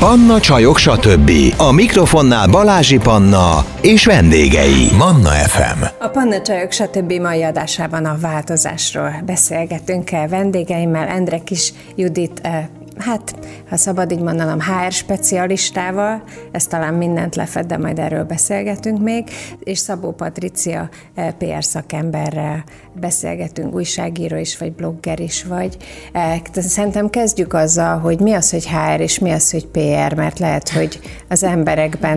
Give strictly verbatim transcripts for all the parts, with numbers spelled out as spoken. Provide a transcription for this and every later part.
Panna Csajok stb. A mikrofonnál Balázsi Panna és vendégei. Manna ef em. A Panna Csajok stb. Mai adásában a változásról beszélgetünk vendégeimmel, Endre Kis Judit, hát, ha szabad így mondanom, há er specialistával, ez talán mindent lefed, de majd erről beszélgetünk még, és Szabó Patricia pé er szakemberrel beszélgetünk, újságíró is, vagy blogger is vagy. Szerintem kezdjük azzal, hogy mi az, hogy há er, és mi az, hogy pé er, mert lehet, hogy az emberekben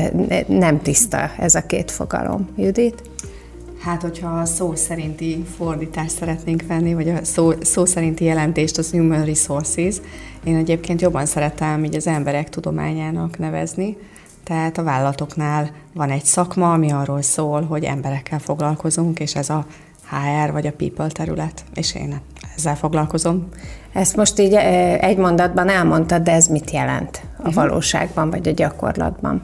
nem tiszta ez a két fogalom. Judit? Hát, hogyha a szó szerinti fordítást szeretnénk venni, vagy a szó, szó szerinti jelentést, az Human Resources, én egyébként jobban szeretem így az emberek tudományának nevezni. Tehát a vállalatoknál van egy szakma, ami arról szól, hogy emberekkel foglalkozunk, és ez a há er vagy a people terület, és én ezzel foglalkozom. Ezt most így egy mondatban elmondtad, de ez mit jelent a uh-huh. valóságban, vagy a gyakorlatban?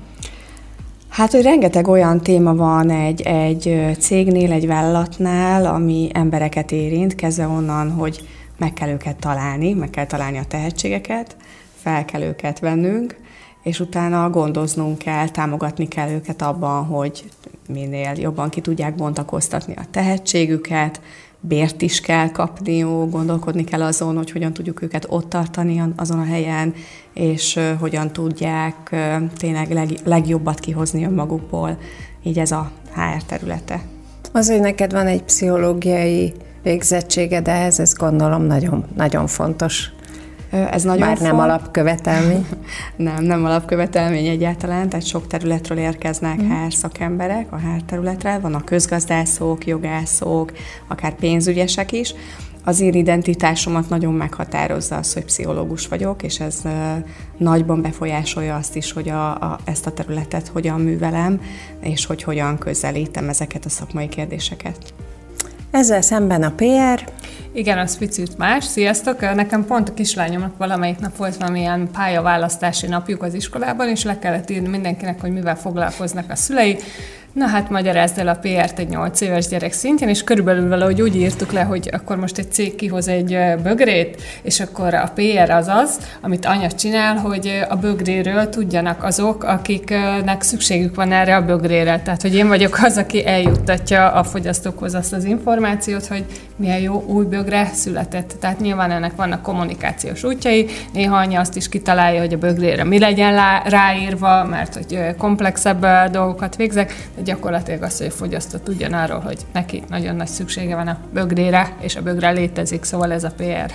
Hát, hogy rengeteg olyan téma van egy, egy cégnél, egy vállalatnál, ami embereket érint, kezdve onnan, hogy meg kell őket találni, meg kell találni a tehetségeket, fel kell őket vennünk, és utána gondoznunk kell, támogatni kell őket abban, hogy minél jobban ki tudják bontakoztatni a tehetségüket, bért is kell kapni, gondolkodni kell azon, hogy hogyan tudjuk őket ott tartani azon a helyen, és hogyan tudják tényleg leg, legjobbat kihozni önmagukból. Így ez a há er területe. Az, hogy neked van egy pszichológiai végzettséged ehhez, ez gondolom nagyon, nagyon fontos. Ez nagyon Bár nem font... alapkövetelmény. nem, nem alapkövetelmény egyáltalán, tehát sok területről érkeznek mm. há er szakemberek a há er területre, vannak közgazdászok, jogászok, akár pénzügyesek is. Az én identitásomat nagyon meghatározza az, hogy pszichológus vagyok, és ez uh, nagyban befolyásolja azt is, hogy a, a, ezt a területet hogyan művelem, és hogy hogyan közelítem ezeket a szakmai kérdéseket. Ezzel szemben a pé er. Igen, az picit más. Sziasztok! Nekem pont a kislányomnak valamelyik nap volt valamilyen pályaválasztási napjuk az iskolában, és le kellett írni mindenkinek, hogy mivel foglalkoznak a szülei. Na hát magyarázd el a pé ert egy nyolc éves gyerek szintjén, és körülbelül valahogy úgy írtuk le, hogy akkor most egy cég kihoz egy bögrét, és akkor a pé er az az, amit anya csinál, hogy a bögréről tudjanak azok, akiknek szükségük van erre a bögrére. Tehát, hogy én vagyok az, aki eljuttatja a fogyasztókhoz azt az információt, hogy milyen jó új bögre született. Tehát nyilván ennek vannak kommunikációs útjai, néha anya azt is kitalálja, hogy a bögrére mi legyen ráírva, mert hogy komplexebb dolgokat végzek, de gyakorlatilag az, hogy a fogyasztó tudjon arról, hogy neki nagyon nagy szüksége van a bögrére, és a bögre létezik, szóval ez a pé er.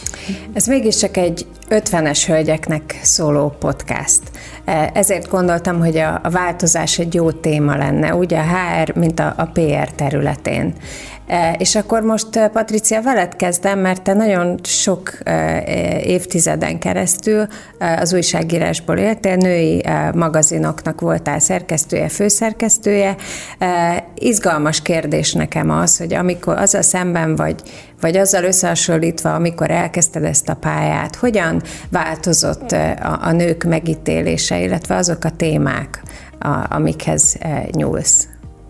Ez mégiscsak egy ötvenes hölgyeknek szóló podcast. Ezért gondoltam, hogy a, a változás egy jó téma lenne, úgy a há er, mint a, a pé er területén. És akkor most, Patricia, veled kezdem, mert te nagyon sok évtizeden keresztül az újságírásból éltél, női magazinoknak voltál szerkesztője, főszerkesztője. Izgalmas kérdés nekem az, hogy amikor azzal szemben vagy, vagy azzal összehasonlítva, amikor elkezdted ezt a pályát, hogyan változott a, a nők megítélése, illetve azok a témák, a, amikhez nyúlsz?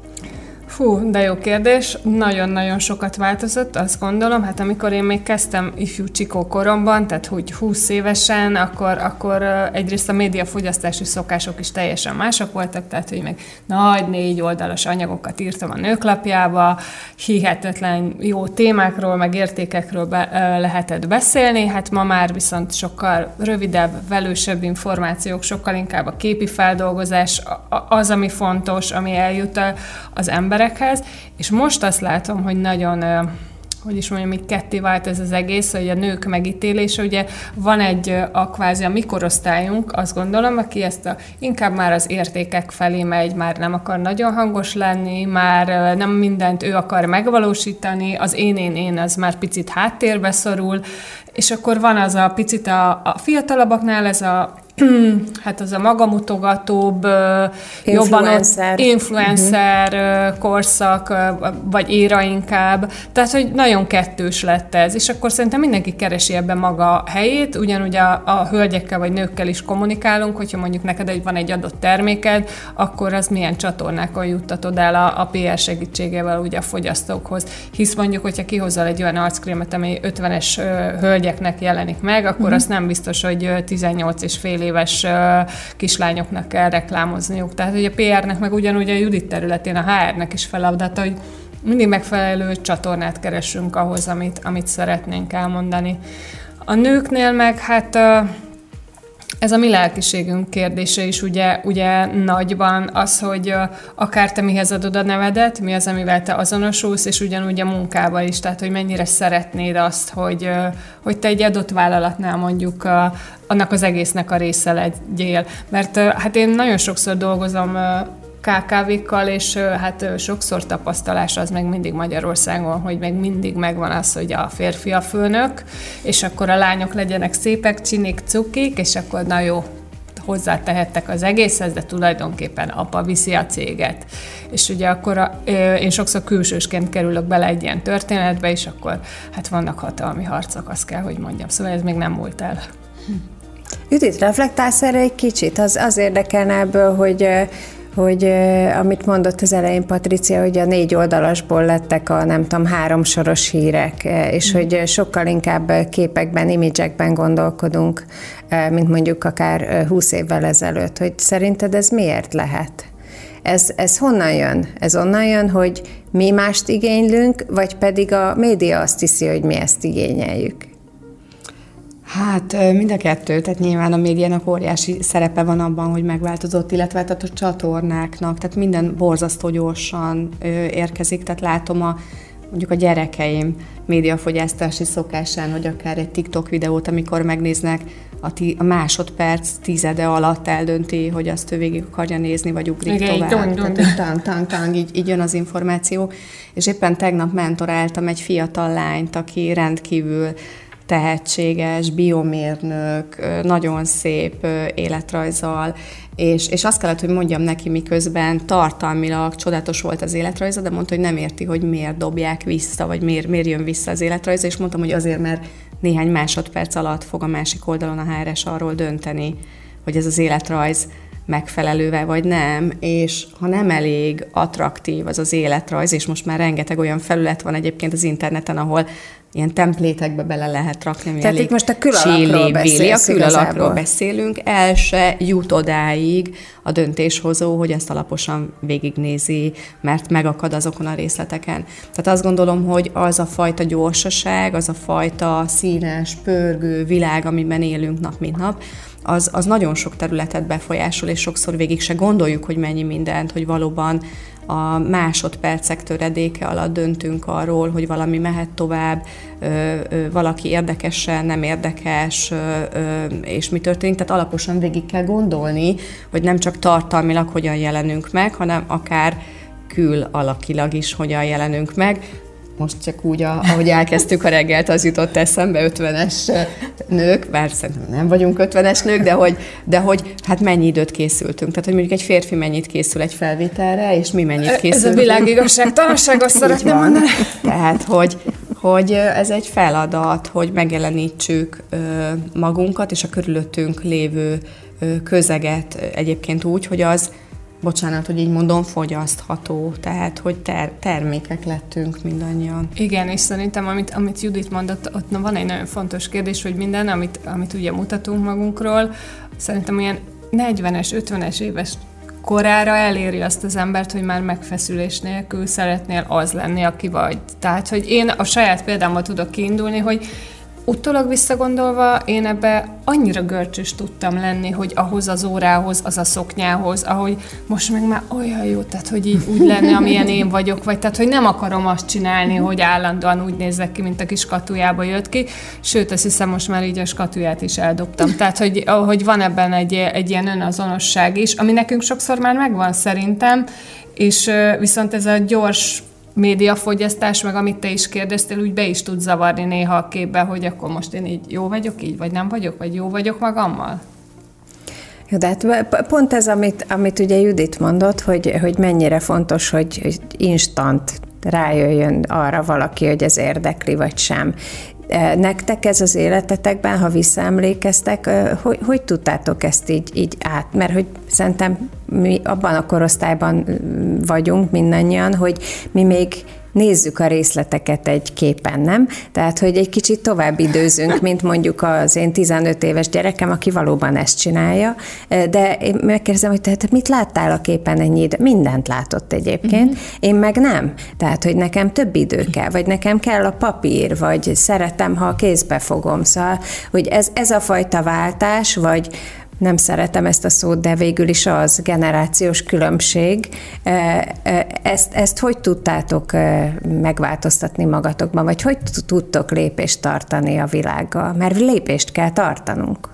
Fú, de jó kérdés. Nagyon-nagyon sokat változott, azt gondolom. Hát amikor én még kezdtem ifjú csikó koromban, tehát hogy húsz évesen, akkor, akkor egyrészt a médiafogyasztási szokások is teljesen mások voltak, tehát hogy meg nagy négy oldalas anyagokat írtam a Nőklapjába, hihetetlen jó témákról, meg értékekről be, lehetett beszélni, hát ma már viszont sokkal rövidebb, velősebb információk, sokkal inkább a képi feldolgozás az, ami fontos, ami eljut az emberek. És most azt látom, hogy nagyon, hogy is mondjam, így ketté vált ez az egész, hogy a nők megítélése, ugye van egy a kvázi a mi korosztályunk, azt gondolom, aki ezt a, inkább már az értékek felé megy, már nem akar nagyon hangos lenni, már nem mindent ő akar megvalósítani, az én-én-én az már picit háttérbe szorul, és akkor van az a picit a, a fiatalabbaknál ez a hát az a magamutogatóbb, jobban ott influencer uh-huh. korszak, vagy éra inkább. Tehát, hogy nagyon kettős lett ez. És akkor szerintem mindenki keresi ebben maga a helyét, ugyanúgy a, a hölgyekkel vagy nőkkel is kommunikálunk, hogyha mondjuk neked egy, van egy adott terméked, akkor az milyen csatornákon juttatod el a, a pé er segítségével ugye a fogyasztókhoz. Hisz mondjuk, hogyha kihozol egy olyan arckrémet, ami ötvenes hölgyeknek jelenik meg, akkor uh-huh. azt nem biztos, hogy tizennyolc és fél éves kislányoknak kell reklámozniuk. Tehát, hogy a pé ernek meg ugyanúgy a Judit területén a há ernek is feladata, hogy mindig megfelelő csatornát keresünk ahhoz, amit, amit szeretnénk elmondani. A nőknél meg hát ez a mi lelkiségünk kérdése is ugye, ugye nagyban az, hogy akár te mihez adod a nevedet, mi az, amivel te azonosulsz, és ugyanúgy a munkában is, tehát hogy mennyire szeretnéd azt, hogy, hogy te egy adott vállalatnál mondjuk annak az egésznek a része legyél. Mert hát én nagyon sokszor dolgozom ká ká vékkal, és hát sokszor tapasztalás az meg mindig Magyarországon, hogy meg mindig megvan az, hogy a férfi a főnök, és akkor a lányok legyenek szépek, csinik, cukik, és akkor na jó, hozzátehettek az egészhez, de tulajdonképpen apa viszi a céget. És ugye akkor a, én sokszor külsősként kerülök bele egy ilyen történetbe, és akkor hát vannak hatalmi harcok, azt kell, hogy mondjam. Szóval ez még nem múlt el. Judit, reflektálsz erre egy kicsit? Az, az érdekelne ebből, hogy hogy amit mondott az elején Patricia, hogy a négy oldalasból lettek a nem tudom, háromsoros hírek, és mm. hogy sokkal inkább képekben, imidzsekben gondolkodunk, mint mondjuk akár húsz évvel ezelőtt. Hogy szerinted ez miért lehet? Ez, ez honnan jön? Ez onnan jön, hogy mi mást igénylünk, vagy pedig a média azt hiszi, hogy mi ezt igényeljük? Hát mind a kettő, tehát nyilván a médiának óriási szerepe van abban, hogy megváltozott, illetve tehát a csatornáknak, tehát minden borzasztó gyorsan ö, érkezik, tehát látom a, mondjuk a gyerekeim médiafogyasztási szokásán, hogy akár egy TikTok videót, amikor megnéznek, a, ti, a másodperc tizede alatt eldönti, hogy azt ő végig akarja nézni, vagy ugrik igen, tovább. Dun, dun. Tehát tang, tang, tang, így, így jön az információ. És éppen tegnap mentoráltam egy fiatal lányt, aki rendkívül tehetséges, biomérnök, nagyon szép életrajzzal, és, és azt kellett, hogy mondjam neki, miközben tartalmilag csodálatos volt az életrajza, de mondta, hogy nem érti, hogy miért dobják vissza, vagy miért, miért jön vissza az életrajza, és mondtam, hogy azért, mert néhány másodperc alatt fog a másik oldalon a há er es arról dönteni, hogy ez az életrajz megfelelővel vagy nem, és ha nem elég attraktív az az életrajz, és most már rengeteg olyan felület van egyébként az interneten, ahol ilyen templétekbe bele lehet rakni. Tehát itt most a külalakról beszélsz, a külalakról beszélünk, el se jut odáig a döntéshozó, hogy ezt alaposan végignézi, mert megakad azokon a részleteken. Tehát azt gondolom, hogy az a fajta gyorsaság, az a fajta színes, pörgő világ, amiben élünk nap mint nap, az, az nagyon sok területet befolyásol, és sokszor végig se gondoljuk, hogy mennyi mindent, hogy valóban a másodpercek töredéke alatt döntünk arról, hogy valami mehet tovább, ö, ö, valaki érdekesen, nem érdekes, ö, ö, és mi történik. Tehát alaposan végig kell gondolni, hogy nem csak tartalmilag hogyan jelenünk meg, hanem akár külalakilag is hogyan jelenünk meg. Most csak úgy, ahogy elkezdtük a reggelt, az jutott eszembe, ötvenes nők, bár szerintem nem vagyunk ötvenes nők, de hogy, de hogy hát mennyi időt készültünk. Tehát, hogy mondjuk egy férfi mennyit készül egy felvételre, és mi mennyit készülünk. Ez a világ igazságtalanság, azt szeretném mondani. Tehát, hogy, hogy ez egy feladat, hogy megjelenítsük magunkat, és a körülöttünk lévő közeget egyébként úgy, hogy az, bocsánat, hogy így mondom, fogyasztható, tehát, hogy ter- termékek lettünk mindannyian. Igen, és szerintem, amit, amit Judit mondott, ott van egy nagyon fontos kérdés, hogy minden, amit, amit ugye mutatunk magunkról, szerintem ilyen negyvenes, ötvenes éves korára eléri azt az embert, hogy már megfeszülés nélkül szeretnél az lenni, aki vagy. Tehát, hogy én a saját példámmal tudok kiindulni, hogy utólag visszagondolva én ebbe annyira görcsös tudtam lenni, hogy ahhoz az órához, az a szoknyához, ahogy most meg már olyan jó, tehát hogy így úgy lenni, amilyen én vagyok, vagy tehát, hogy nem akarom azt csinálni, hogy állandóan úgy nézzek ki, mint a kis skatujába jött ki, sőt, azt hiszem, most már így a skatuját is eldobtam. Tehát, hogy, hogy van ebben egy, egy ilyen önazonosság is, ami nekünk sokszor már megvan szerintem, és viszont ez a gyors médiafogyasztás, meg amit te is kérdeztél, úgy be is tud zavarni néha a képbe, hogy akkor most én így jó vagyok így, vagy nem vagyok, vagy jó vagyok magammal? Jó, de hát pont ez, amit, amit ugye Judit mondott, hogy, hogy mennyire fontos, hogy, hogy instant rájöjjön arra valaki, hogy ez érdekli, vagy sem. Nektek ez az életetekben, ha visszaemlékeztek, hogy, hogy tudtátok ezt így, így át? Mert hogy szerintem mi abban a korosztályban vagyunk mindannyian, hogy mi még nézzük a részleteket egy képen, nem? Tehát, hogy egy kicsit tovább időzünk, mint mondjuk az én tizenöt éves gyerekem, aki valóban ezt csinálja, de én megkérdezem, hogy tehát mit láttál a képen ennyi idő? Mindent látott egyébként, uh-huh. én meg nem. Tehát, hogy nekem több idő kell, vagy nekem kell a papír, vagy szeretem, ha kézbe fogom. Szóval, hogy ez, ez a fajta váltás, vagy nem szeretem ezt a szót, de végül is az generációs különbség. Ezt, ezt hogy tudtátok megváltoztatni magatokban, vagy hogy tudtok lépést tartani a világgal? Mert lépést kell tartanunk.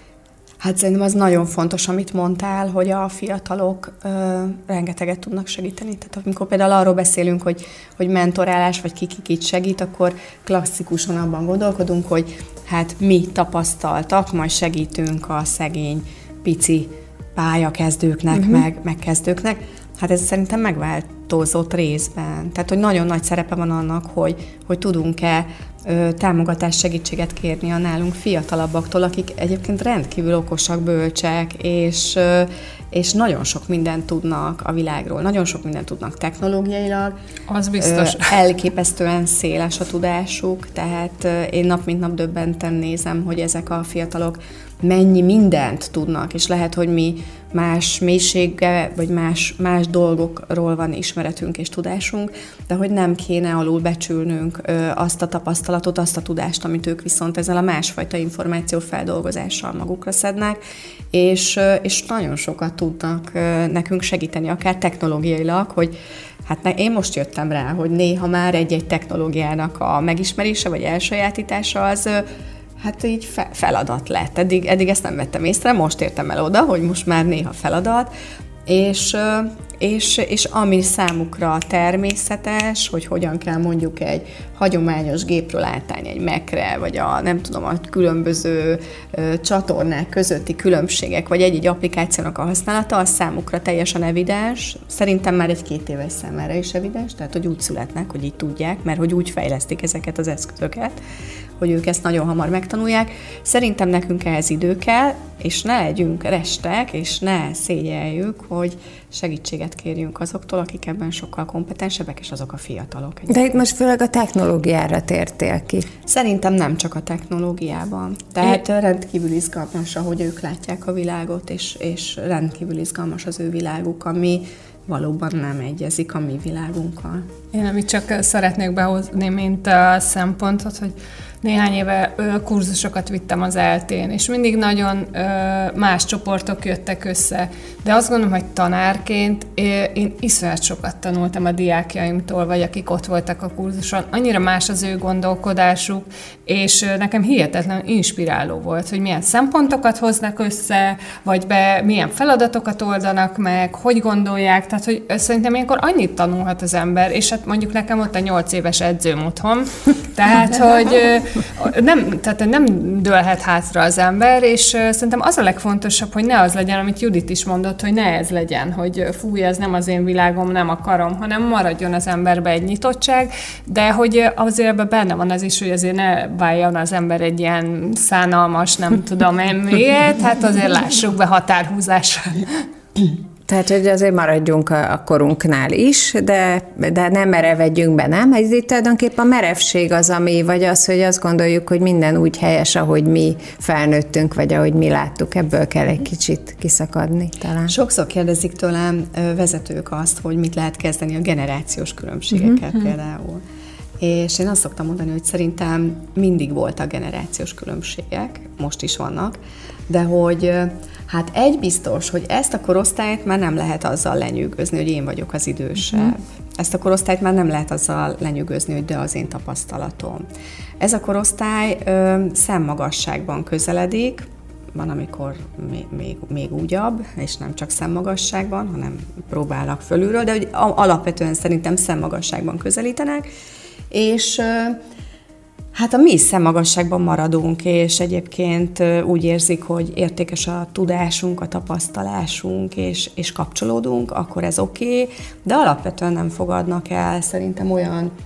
Hát szerintem az nagyon fontos, amit mondtál, hogy a fiatalok ö, rengeteget tudnak segíteni. Tehát amikor például arról beszélünk, hogy, hogy mentorálás, vagy ki kit segít, akkor klasszikusan abban gondolkodunk, hogy hát mi tapasztaltak, majd segítünk a szegény, pici pályakezdőknek, uh-huh. meg, meg kezdőknek. Hát ez szerintem megváltozott részben. Tehát, hogy nagyon nagy szerepe van annak, hogy, hogy tudunk-e ö, támogatást, segítséget kérni a nálunk fiatalabbaktól, akik egyébként rendkívül okosak, bölcsek, és, ö, és nagyon sok mindent tudnak a világról, nagyon sok mindent tudnak technológiailag. Az biztos. Ö, elképesztően széles a tudásuk, tehát ö, én nap mint nap döbbenten nézem, hogy ezek a fiatalok mennyi mindent tudnak, és lehet, hogy mi más mélysége, vagy más, más dolgokról van ismeretünk és tudásunk, de hogy nem kéne alulbecsülnünk ö, azt a tapasztalatot, azt a tudást, amit ők viszont ezzel a másfajta információ feldolgozással magukra szednek, és, ö, és nagyon sokat tudnak ö, nekünk segíteni, akár technológiailag, hogy hát ne, én most jöttem rá, hogy néha már egy-egy technológiának a megismerése, vagy elsajátítása az ö, hát így fe, feladat lett. Eddig, eddig ezt nem vettem észre, most értem el oda, hogy most már néha feladat, és, és, és ami számukra természetes, hogy hogyan kell mondjuk egy hagyományos gépről átállni egy Mac-re, vagy a nem tudom, a különböző csatornák közötti különbségek, vagy egy-egy applikációnak a használata, az számukra teljesen evidens. Szerintem már egy két éves számára is evidens, tehát hogy úgy születnek, hogy így tudják, mert hogy úgy fejlesztik ezeket az eszközöket, hogy ők ezt nagyon hamar megtanulják. Szerintem nekünk ehhez idő kell, és ne legyünk restek, és ne szégyeljük, hogy segítséget kérjünk azoktól, akik ebben sokkal kompetensebbek, és azok a fiatalok. De itt most főleg a technológiára tértél ki. Szerintem nem csak a technológiában. Tehát é... rendkívül izgalmas, ahogy ők látják a világot, és, és rendkívül izgalmas az ő világuk, ami valóban nem egyezik a mi világunkkal. Én amit csak szeretnék behozni, mint a szempontot, hogy néhány éve ö, kurzusokat vittem az eltén, és mindig nagyon ö, más csoportok jöttek össze. De azt gondolom, hogy tanárként én iszonyat sokat tanultam a diákjaimtól, vagy akik ott voltak a kurzuson. Annyira más az ő gondolkodásuk, és ö, nekem hihetetlen inspiráló volt, hogy milyen szempontokat hoznak össze, vagy be milyen feladatokat oldanak meg, hogy gondolják. Tehát, hogy szerintem ilyenkor annyit tanulhat az ember, és hát mondjuk nekem ott a nyolc éves edzőm otthon, tehát, hogy nem, tehát nem dőlhet hátra az ember, és szerintem az a legfontosabb, hogy ne az legyen, amit Judit is mondott, hogy ne ez legyen, hogy fúj, ez nem az én világom, nem akarom, hanem maradjon az emberbe egy nyitottság, de hogy azért ebben benne van az is, hogy azért ne váljon az ember egy ilyen szánalmas, nem tudom én miért, hát azért lássuk be határhúzásra. Tehát, hogy azért maradjunk a korunknál is, de, de nem merevedjünk be, nem? Ez itt tulajdonképpen a merevség az, ami, vagy az, hogy azt gondoljuk, hogy minden úgy helyes, ahogy mi felnőttünk, vagy ahogy mi láttuk, ebből kell egy kicsit kiszakadni talán. Sokszor kérdezik tőlem vezetők azt, hogy mit lehet kezdeni a generációs különbségekkel uh-huh. például. És én azt szoktam mondani, hogy szerintem mindig voltak generációs különbségek, most is vannak, de hogy hát egy biztos, hogy ezt a korosztályt már nem lehet azzal lenyűgözni, hogy én vagyok az idősebb. Uh-huh. Ezt a korosztályt már nem lehet azzal lenyűgözni, hogy de az én tapasztalatom. Ez a korosztály ö, szemmagasságban közeledik, van, amikor még, még, még úgyabb, és nem csak szemmagasságban, hanem próbálnak fölülről, de hogy alapvetően szerintem szemmagasságban közelítenek, és hát a mi szemmagasságban maradunk, és egyébként úgy érzik, hogy értékes a tudásunk, a tapasztalásunk, és, és kapcsolódunk, akkor ez oké, okay, de alapvetően nem fogadnak el szerintem olyan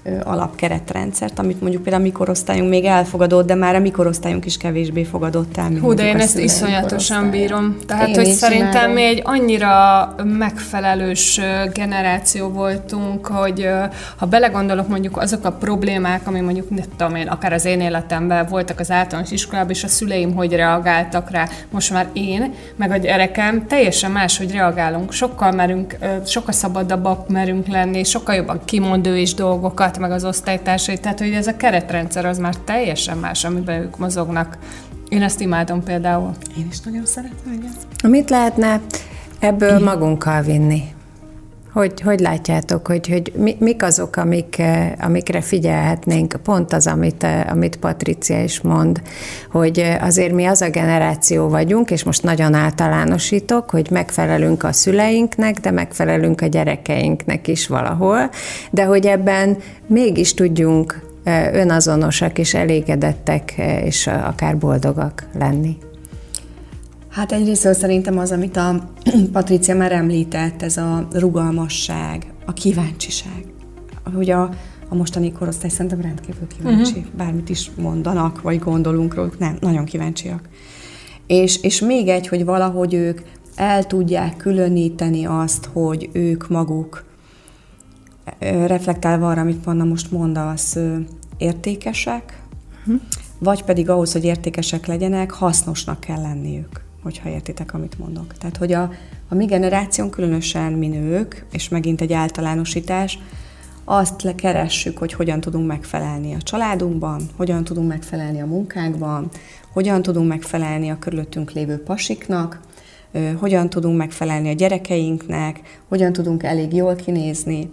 alapkeretrendszert, amit mondjuk például a mi korosztályunk még elfogadott, de már a mi korosztályunk is kevésbé fogadott el. Hú, de én ezt iszonyatosan bírom. Tehát, én hogy is szerintem imádom. mi egy annyira megfelelős generáció voltunk, hogy ha belegondolok mondjuk azok a problémák, ami mondjuk, nem tudom én, akár az én életemben voltak az általános iskolában, és a szüleim hogy reagáltak rá, most már én, meg a gyerekem teljesen máshogy reagálunk. Sokkal merünk, sokkal szabadabbak merünk lenni, sokkal jobban kimond ő is dolgokat, meg az osztálytársai, tehát hogy ez a keretrendszer az már teljesen más, amiben ők mozognak. Én ezt imádom például. Én is nagyon szeretem, igen. Mit lehetne ebből magunkkal vinni? Hogy, hogy látjátok, hogy, hogy mi, mik azok, amik, amikre figyelhetnénk? Pont az, amit, amit Patricia is mond, hogy azért mi az a generáció vagyunk, és most nagyon általánosítok, hogy megfelelünk a szüleinknek, de megfelelünk a gyerekeinknek is valahol, de hogy ebben mégis tudjunk önazonosak és elégedettek, és akár boldogak lenni. Hát egyrészt szerintem az, amit a Patricia már említett, ez a rugalmasság, a kíváncsiság. Hogy a, a mostani korosztály szerintem rendkívül kíváncsi. Uh-huh. Bármit is mondanak, vagy gondolunk róluk, nem, nagyon kíváncsiak. És, és még egy, hogy valahogy ők el tudják különíteni azt, hogy ők maguk, reflektálva arra, amit Panna most mondasz, értékesek, uh-huh. vagy pedig ahhoz, hogy értékesek legyenek, hasznosnak kell lenniük, hogyha értitek, amit mondok. Tehát, hogy a, a mi generáción, különösen mi nők, és megint egy általánosítás, azt keressük, hogy hogyan tudunk megfelelni a családunkban, hogyan tudunk megfelelni a munkánkban, hogyan tudunk megfelelni a körülöttünk lévő pasiknak, hogyan tudunk megfelelni a gyerekeinknek, hogyan tudunk elég jól kinézni.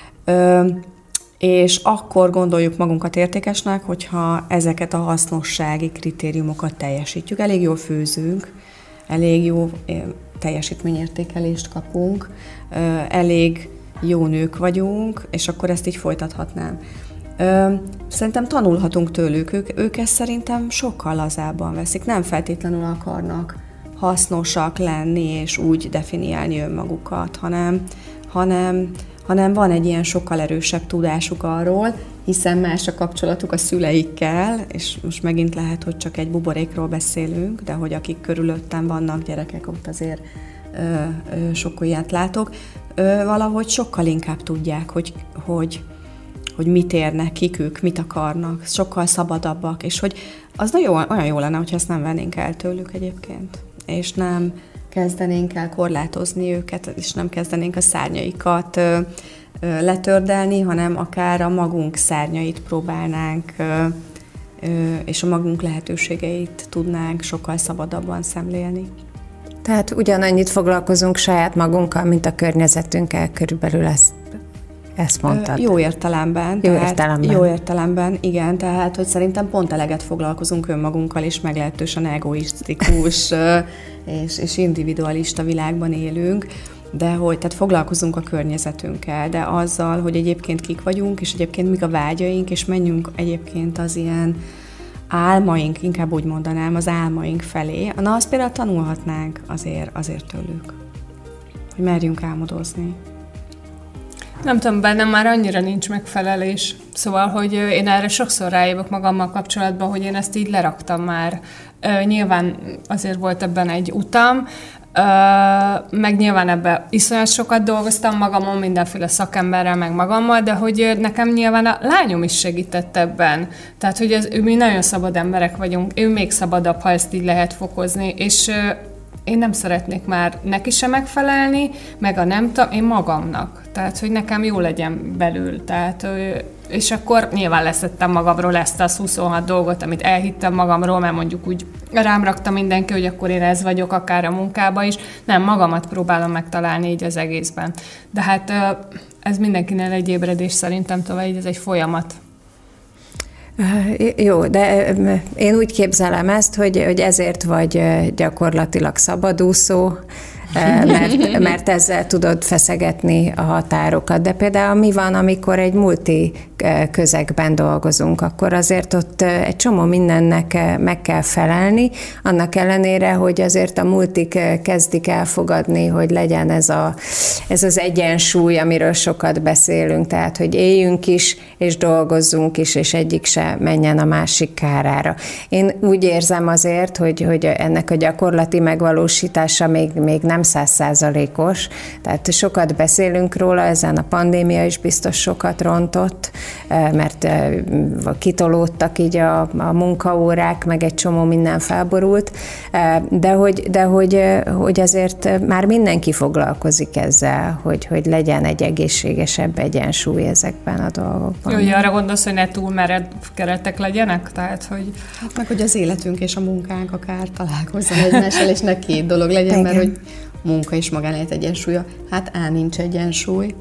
És akkor gondoljuk magunkat értékesnek, hogyha ezeket a hasznossági kritériumokat teljesítjük. Elég jól főzünk, elég jó teljesítményértékelést kapunk, elég jó nők vagyunk, és akkor ezt így folytathatnám. Szerintem tanulhatunk tőlük, ők, ők ezt szerintem sokkal lazábban veszik, nem feltétlenül akarnak hasznosak lenni, és úgy definiálni önmagukat, hanem, hanem hanem van egy ilyen sokkal erősebb tudásuk arról, hiszen más a kapcsolatuk a szüleikkel, és most megint lehet, hogy csak egy buborékról beszélünk, de hogy akik körülöttem vannak gyerekek, ott azért ö, ö, sok olyat látok, ö, valahogy sokkal inkább tudják, hogy, hogy, hogy mit érnek, kik ők, mit akarnak, sokkal szabadabbak, és hogy az nagyon, olyan jó lenne, hogyha ezt nem vennénk el tőlük egyébként, és nem kezdenénk el korlátozni őket, és nem kezdenénk a szárnyaikat ö, ö, letördelni, hanem akár a magunk szárnyait próbálnánk, ö, ö, és a magunk lehetőségeit tudnánk sokkal szabadabban szemlélni. Tehát ugyanannyit foglalkozunk saját magunkkal, mint a környezetünkkel, körülbelül ezt, ezt mondtad. Jó értelemben. Jó tehát, értelemben. Jó értelemben, igen, tehát, hogy szerintem pont eleget foglalkozunk önmagunkkal, és meglehetősen egoisztikus és, és individualista világban élünk, de hogy tehát foglalkozunk a környezetünkkel, de azzal, hogy egyébként kik vagyunk, és egyébként mik a vágyaink, és menjünk egyébként az ilyen álmaink, inkább úgy mondanám, az álmaink felé. Na, azt például tanulhatnánk azért, azért tőlük, hogy merjünk álmodozni. Nem tudom, bennem már annyira nincs megfelelés. Szóval, hogy én erre sokszor rájövök magammal kapcsolatban, hogy én ezt így leraktam már. Nyilván azért volt ebben egy utam, meg nyilván ebben iszonyat sokat dolgoztam magamon, mindenféle szakemberrel, meg magammal, de hogy nekem nyilván a lányom is segített ebben. Tehát, hogy ez, mi nagyon szabad emberek vagyunk, ő még szabadabb, ha ezt így lehet fokozni, és én nem szeretnék már neki sem megfelelni, meg a nem tudom, én magamnak. Tehát, hogy nekem jó legyen belül. Tehát, és akkor nyilván leszettem magamról ezt a huszonhat dolgot, amit elhittem magamról, mert mondjuk úgy rám rakta mindenki, hogy akkor én ez vagyok, akár a munkában is. Nem, magamat próbálom megtalálni így az egészben. De hát ez mindenkinél egy ébredés szerintem tovább, így ez egy folyamat. Jó, de én úgy képzelem ezt, hogy, hogy ezért vagy gyakorlatilag szabadúszó, mert, mert ezzel tudod feszegetni a határokat. De például mi van, amikor egy multi közegben dolgozunk, akkor azért ott egy csomó mindennek meg kell felelni, annak ellenére, hogy azért a multik kezdik elfogadni, hogy legyen ez, a, ez az egyensúly, amiről sokat beszélünk, tehát, hogy éljünk is, és dolgozzunk is, és egyik se menjen a másik kárára. Én úgy érzem azért, hogy, hogy ennek a gyakorlati megvalósítása még, még nem száz százalékos, tehát sokat beszélünk róla, ezen a pandémia is biztos sokat rontott, mert kitolódtak így a, a munkaórák, meg egy csomó minden felborult, de hogy, de hogy, hogy azért már mindenki foglalkozik ezzel, hogy, hogy legyen egy egészségesebb egyensúly ezekben a dolgokban. Jó, hogy arra gondolsz, hogy ne túl mered keretek legyenek? Tehát, hogy... Hát meg, hogy az életünk és a munkánk akár találkozzon egymással, és ne két dolog legyen, igen. Mert hogy munka és magánélet egyensúlya, hát á, nincs egyensúly,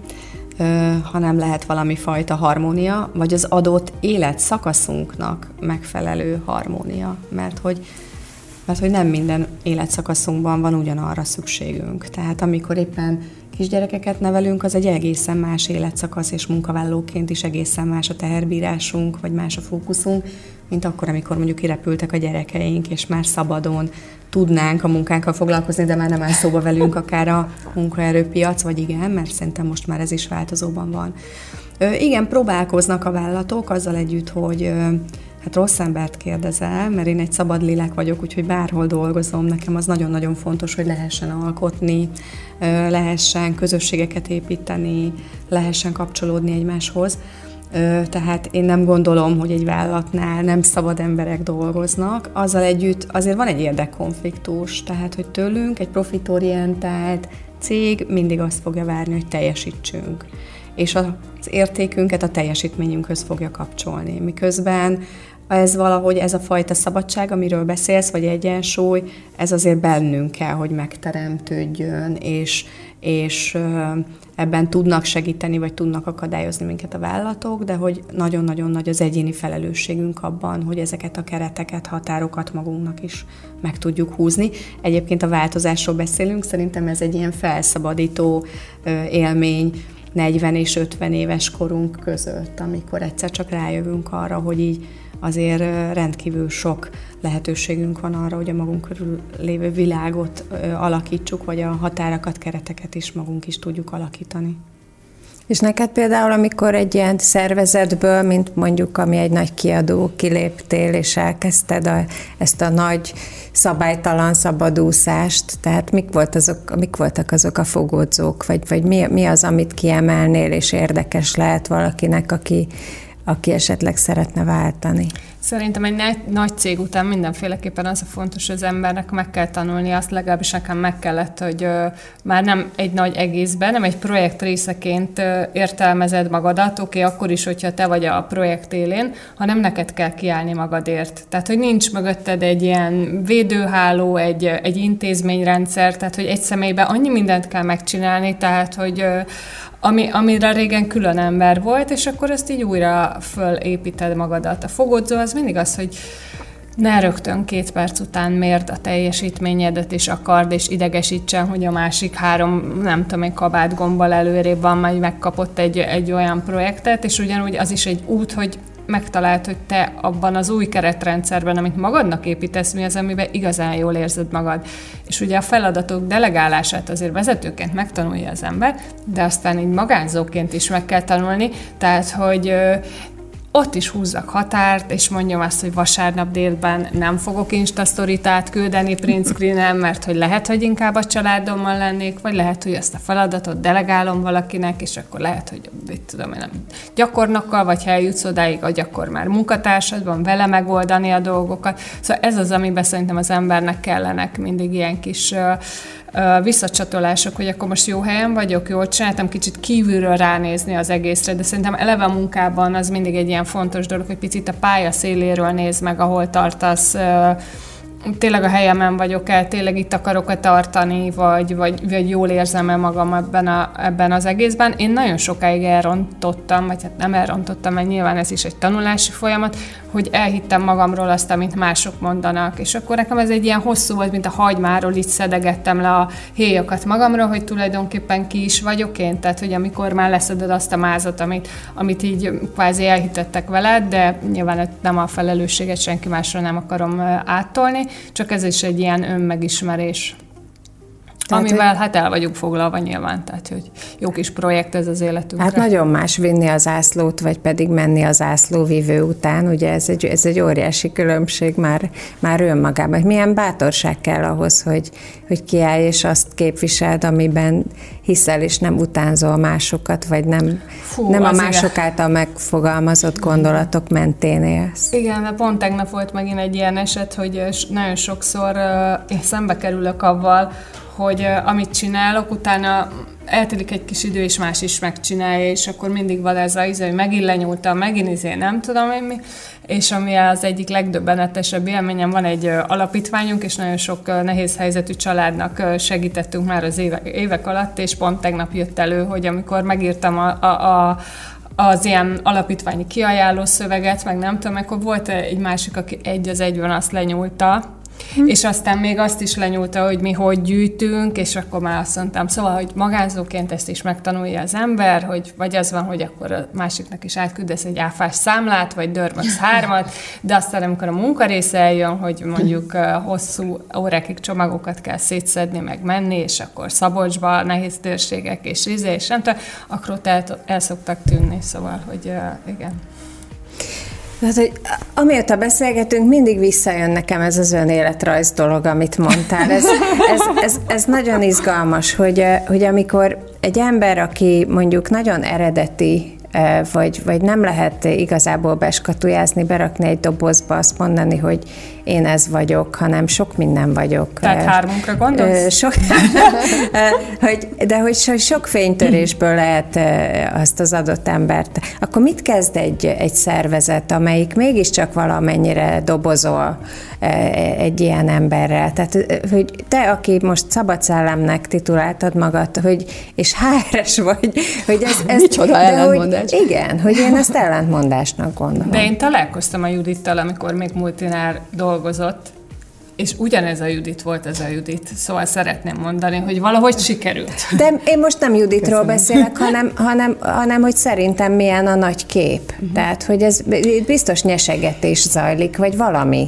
hanem lehet valami fajta harmónia, vagy az adott életszakaszunknak megfelelő harmónia, mert hogy, mert hogy nem minden életszakaszunkban van ugyanarra szükségünk. Tehát amikor éppen kisgyerekeket nevelünk, az egy egészen más életszakasz, és munkavállalóként is egészen más a teherbírásunk, vagy más a fókuszunk, mint akkor, amikor mondjuk kirepültek a gyerekeink, és már szabadon tudnánk a munkánkkal foglalkozni, de már nem áll szóba velünk akár a munkaerőpiac, vagy igen, mert szerintem most már ez is változóban van. Ö, igen, próbálkoznak a vállalatok azzal együtt, hogy ö, hát rossz embert kérdezel, mert én egy szabad lélek vagyok, úgyhogy bárhol dolgozom, nekem az nagyon-nagyon fontos, hogy lehessen alkotni, ö, lehessen közösségeket építeni, lehessen kapcsolódni egymáshoz. Tehát én nem gondolom, hogy egy vállalatnál nem szabad emberek dolgoznak. Azzal együtt azért van egy érdekkonfliktus, tehát hogy tőlünk egy profitorientált cég mindig azt fogja várni, hogy teljesítsünk. És az értékünket a teljesítményünkhöz fogja kapcsolni. Miközben ez valahogy ez a fajta szabadság, amiről beszélsz, vagy egyensúly, ez azért bennünk kell, hogy megteremtődjön, és, és ebben tudnak segíteni, vagy tudnak akadályozni minket a vállalatok, de hogy nagyon-nagyon nagy az egyéni felelősségünk abban, hogy ezeket a kereteket, határokat magunknak is meg tudjuk húzni. Egyébként a változásról beszélünk, szerintem ez egy ilyen felszabadító élmény negyven és ötven éves korunk között, amikor egyszer csak rájövünk arra, hogy így azért rendkívül sok lehetőségünk van arra, hogy a magunk körül lévő világot alakítsuk, vagy a határokat, kereteket is magunk is tudjuk alakítani. És neked például, amikor egy ilyen szervezetből, mint mondjuk, ami egy nagy kiadó, kiléptél, és elkezdted a, ezt a nagy szabálytalan szabadúszást, tehát mik, volt azok, mik voltak azok a fogódzók, vagy, vagy mi, mi az, amit kiemelnél, és érdekes lehet valakinek, aki aki esetleg szeretne váltani? Szerintem egy nagy cég után mindenféleképpen az a fontos, hogy az embernek meg kell tanulni azt, legalábbis nekem meg kellett, hogy már nem egy nagy egészben, nem egy projekt részeként értelmezed magadat, oké, okay, akkor is, hogyha te vagy a projekt élén, hanem neked kell kiállni magadért. Tehát, hogy nincs mögötted egy ilyen védőháló, egy, egy intézményrendszer, tehát, hogy egy személyben annyi mindent kell megcsinálni, tehát, hogy Ami, amire régen külön ember volt, és akkor ezt így újra fölépíted magadat. A fogódzó az mindig az, hogy ne rögtön két perc után mérd a teljesítményedet, és akard, és idegesítsen, hogy a másik három, nem tudom, egy kabátgombbal előrébb van, majd megkapott egy, egy olyan projektet, és ugyanúgy az is egy út, hogy megtaláld, hogy te abban az új keretrendszerben, amit magadnak építesz, mi az, amiben igazán jól érzed magad. És ugye a feladatok delegálását azért vezetőként megtanulja az ember, de aztán így magánzóként is meg kell tanulni, tehát, hogy ott is húzzak határt, és mondjam azt, hogy vasárnap délben nem fogok Insta-sztorit átküldeni print screenen, mert hogy lehet, hogy inkább a családommal lennék, vagy lehet, hogy ezt a feladatot delegálom valakinek, és akkor lehet, hogy mit tudom én, nem gyakornokkal, vagy ha eljutsz odáig, vagy akkor már munkatársadban vele megoldani a dolgokat. Szóval ez az, amiben szerintem az embernek kellenek mindig ilyen kis visszacsatolások, hogy akkor most jó helyen vagyok, jól csináltam, kicsit kívülről ránézni az egészre, de szerintem eleve a munkában az mindig egy ilyen fontos dolog, hogy picit a pálya széléről nézd meg, ahol tartasz, tényleg a helyemen vagyok-e, tényleg itt akarok-e tartani, vagy, vagy, vagy jól érzem-e magam ebben, a, ebben az egészben. Én nagyon sokáig elrontottam, vagy hát nem elrontottam, mert nyilván ez is egy tanulási folyamat, hogy elhittem magamról azt, amit mások mondanak. És akkor nekem ez egy ilyen hosszú volt, mint a hagymáról, így szedegettem le a héjakat magamról, hogy tulajdonképpen ki is vagyok én. Tehát, hogy amikor már leszeded azt a mázat, amit, amit így kvázi elhitettek veled, de nyilván nem a felelősséget senki másra nem akarom áttolni, csak ez is egy ilyen önmegismerés. Tehát, amivel hogy... hát el vagyunk foglalva nyilván, tehát hogy jó kis projekt ez az életünkre. Hát nagyon más vinni az zászlót, vagy pedig menni az zászlóvívő után, ugye ez egy, ez egy óriási különbség már, már önmagában. Milyen bátorság kell ahhoz, hogy, hogy kiállj és azt képviseld, amiben hiszel, és nem utánzol másokat, vagy nem, Fú, nem a mások igen. által megfogalmazott gondolatok mentén élsz. Igen, de pont tegnap volt megint egy ilyen eset, hogy nagyon sokszor uh, én szembe kerülök avval, hogy uh, amit csinálok, utána eltelik egy kis idő, és más is megcsinálja, és akkor mindig van ez a izé, hogy megint lenyúltam, megint izé, nem tudom én mi, és ami az egyik legdöbbenetesebb élményem, van egy uh, alapítványunk, és nagyon sok uh, nehéz helyzetű családnak uh, segítettünk már az évek, évek alatt, és pont tegnap jött elő, hogy amikor megírtam a, a, a az ilyen alapítványi kiajánló szöveget, meg nem tudom, akkor volt egy másik, aki egy az egyben azt lenyúlta, hm. és aztán még azt is lenyúlta, hogy mi hogy gyűjtünk, és akkor már azt mondtam, szóval, hogy magánzóként ezt is megtanulja az ember, hogy vagy az van, hogy akkor a másiknak is átküldesz egy áfás számlát, vagy dörmöksz hármat, de aztán amikor a munkarész eljön, hogy mondjuk hosszú órákig csomagokat kell szétszedni, meg menni, és akkor Szabolcsba nehéz térségek, és izé, és nem tudom, akkor ott el, el szoktak tűnni, szóval, hogy uh, igen. Hát, hogy amióta beszélgetünk, mindig visszajön nekem ez az önéletrajz dolog, amit mondtál. Ez, ez, ez, ez nagyon izgalmas, hogy, hogy amikor egy ember, aki mondjuk nagyon eredeti, vagy, vagy nem lehet igazából beskatujázni, berakni egy dobozba, azt mondani, hogy én ez vagyok, hanem sok minden vagyok. Tehát hármunkra gondolsz? Sok, hogy, de hogy sok fénytörésből lehet azt az adott embert. Akkor mit kezd egy, egy szervezet, amelyik mégiscsak valamennyire dobozol egy ilyen emberrel? Tehát, hogy te, aki most szabad szellemnek tituláltad magad, hogy, és há er es vagy, hogy ez... ez Micsoda ellentmondás. Hogy, igen, hogy én ezt ellentmondásnak gondolom. De én találkoztam a Judittal, amikor még multinál dolgozott, és ugyanez a Judit volt ez a Judit. Szóval szeretném mondani, hogy valahogy sikerült. De én most nem Juditról Köszönöm. beszélek, hanem, hanem, hanem, hogy szerintem milyen a nagy kép. Uh-huh. Tehát, hogy ez biztos nyesegetés zajlik, vagy valami.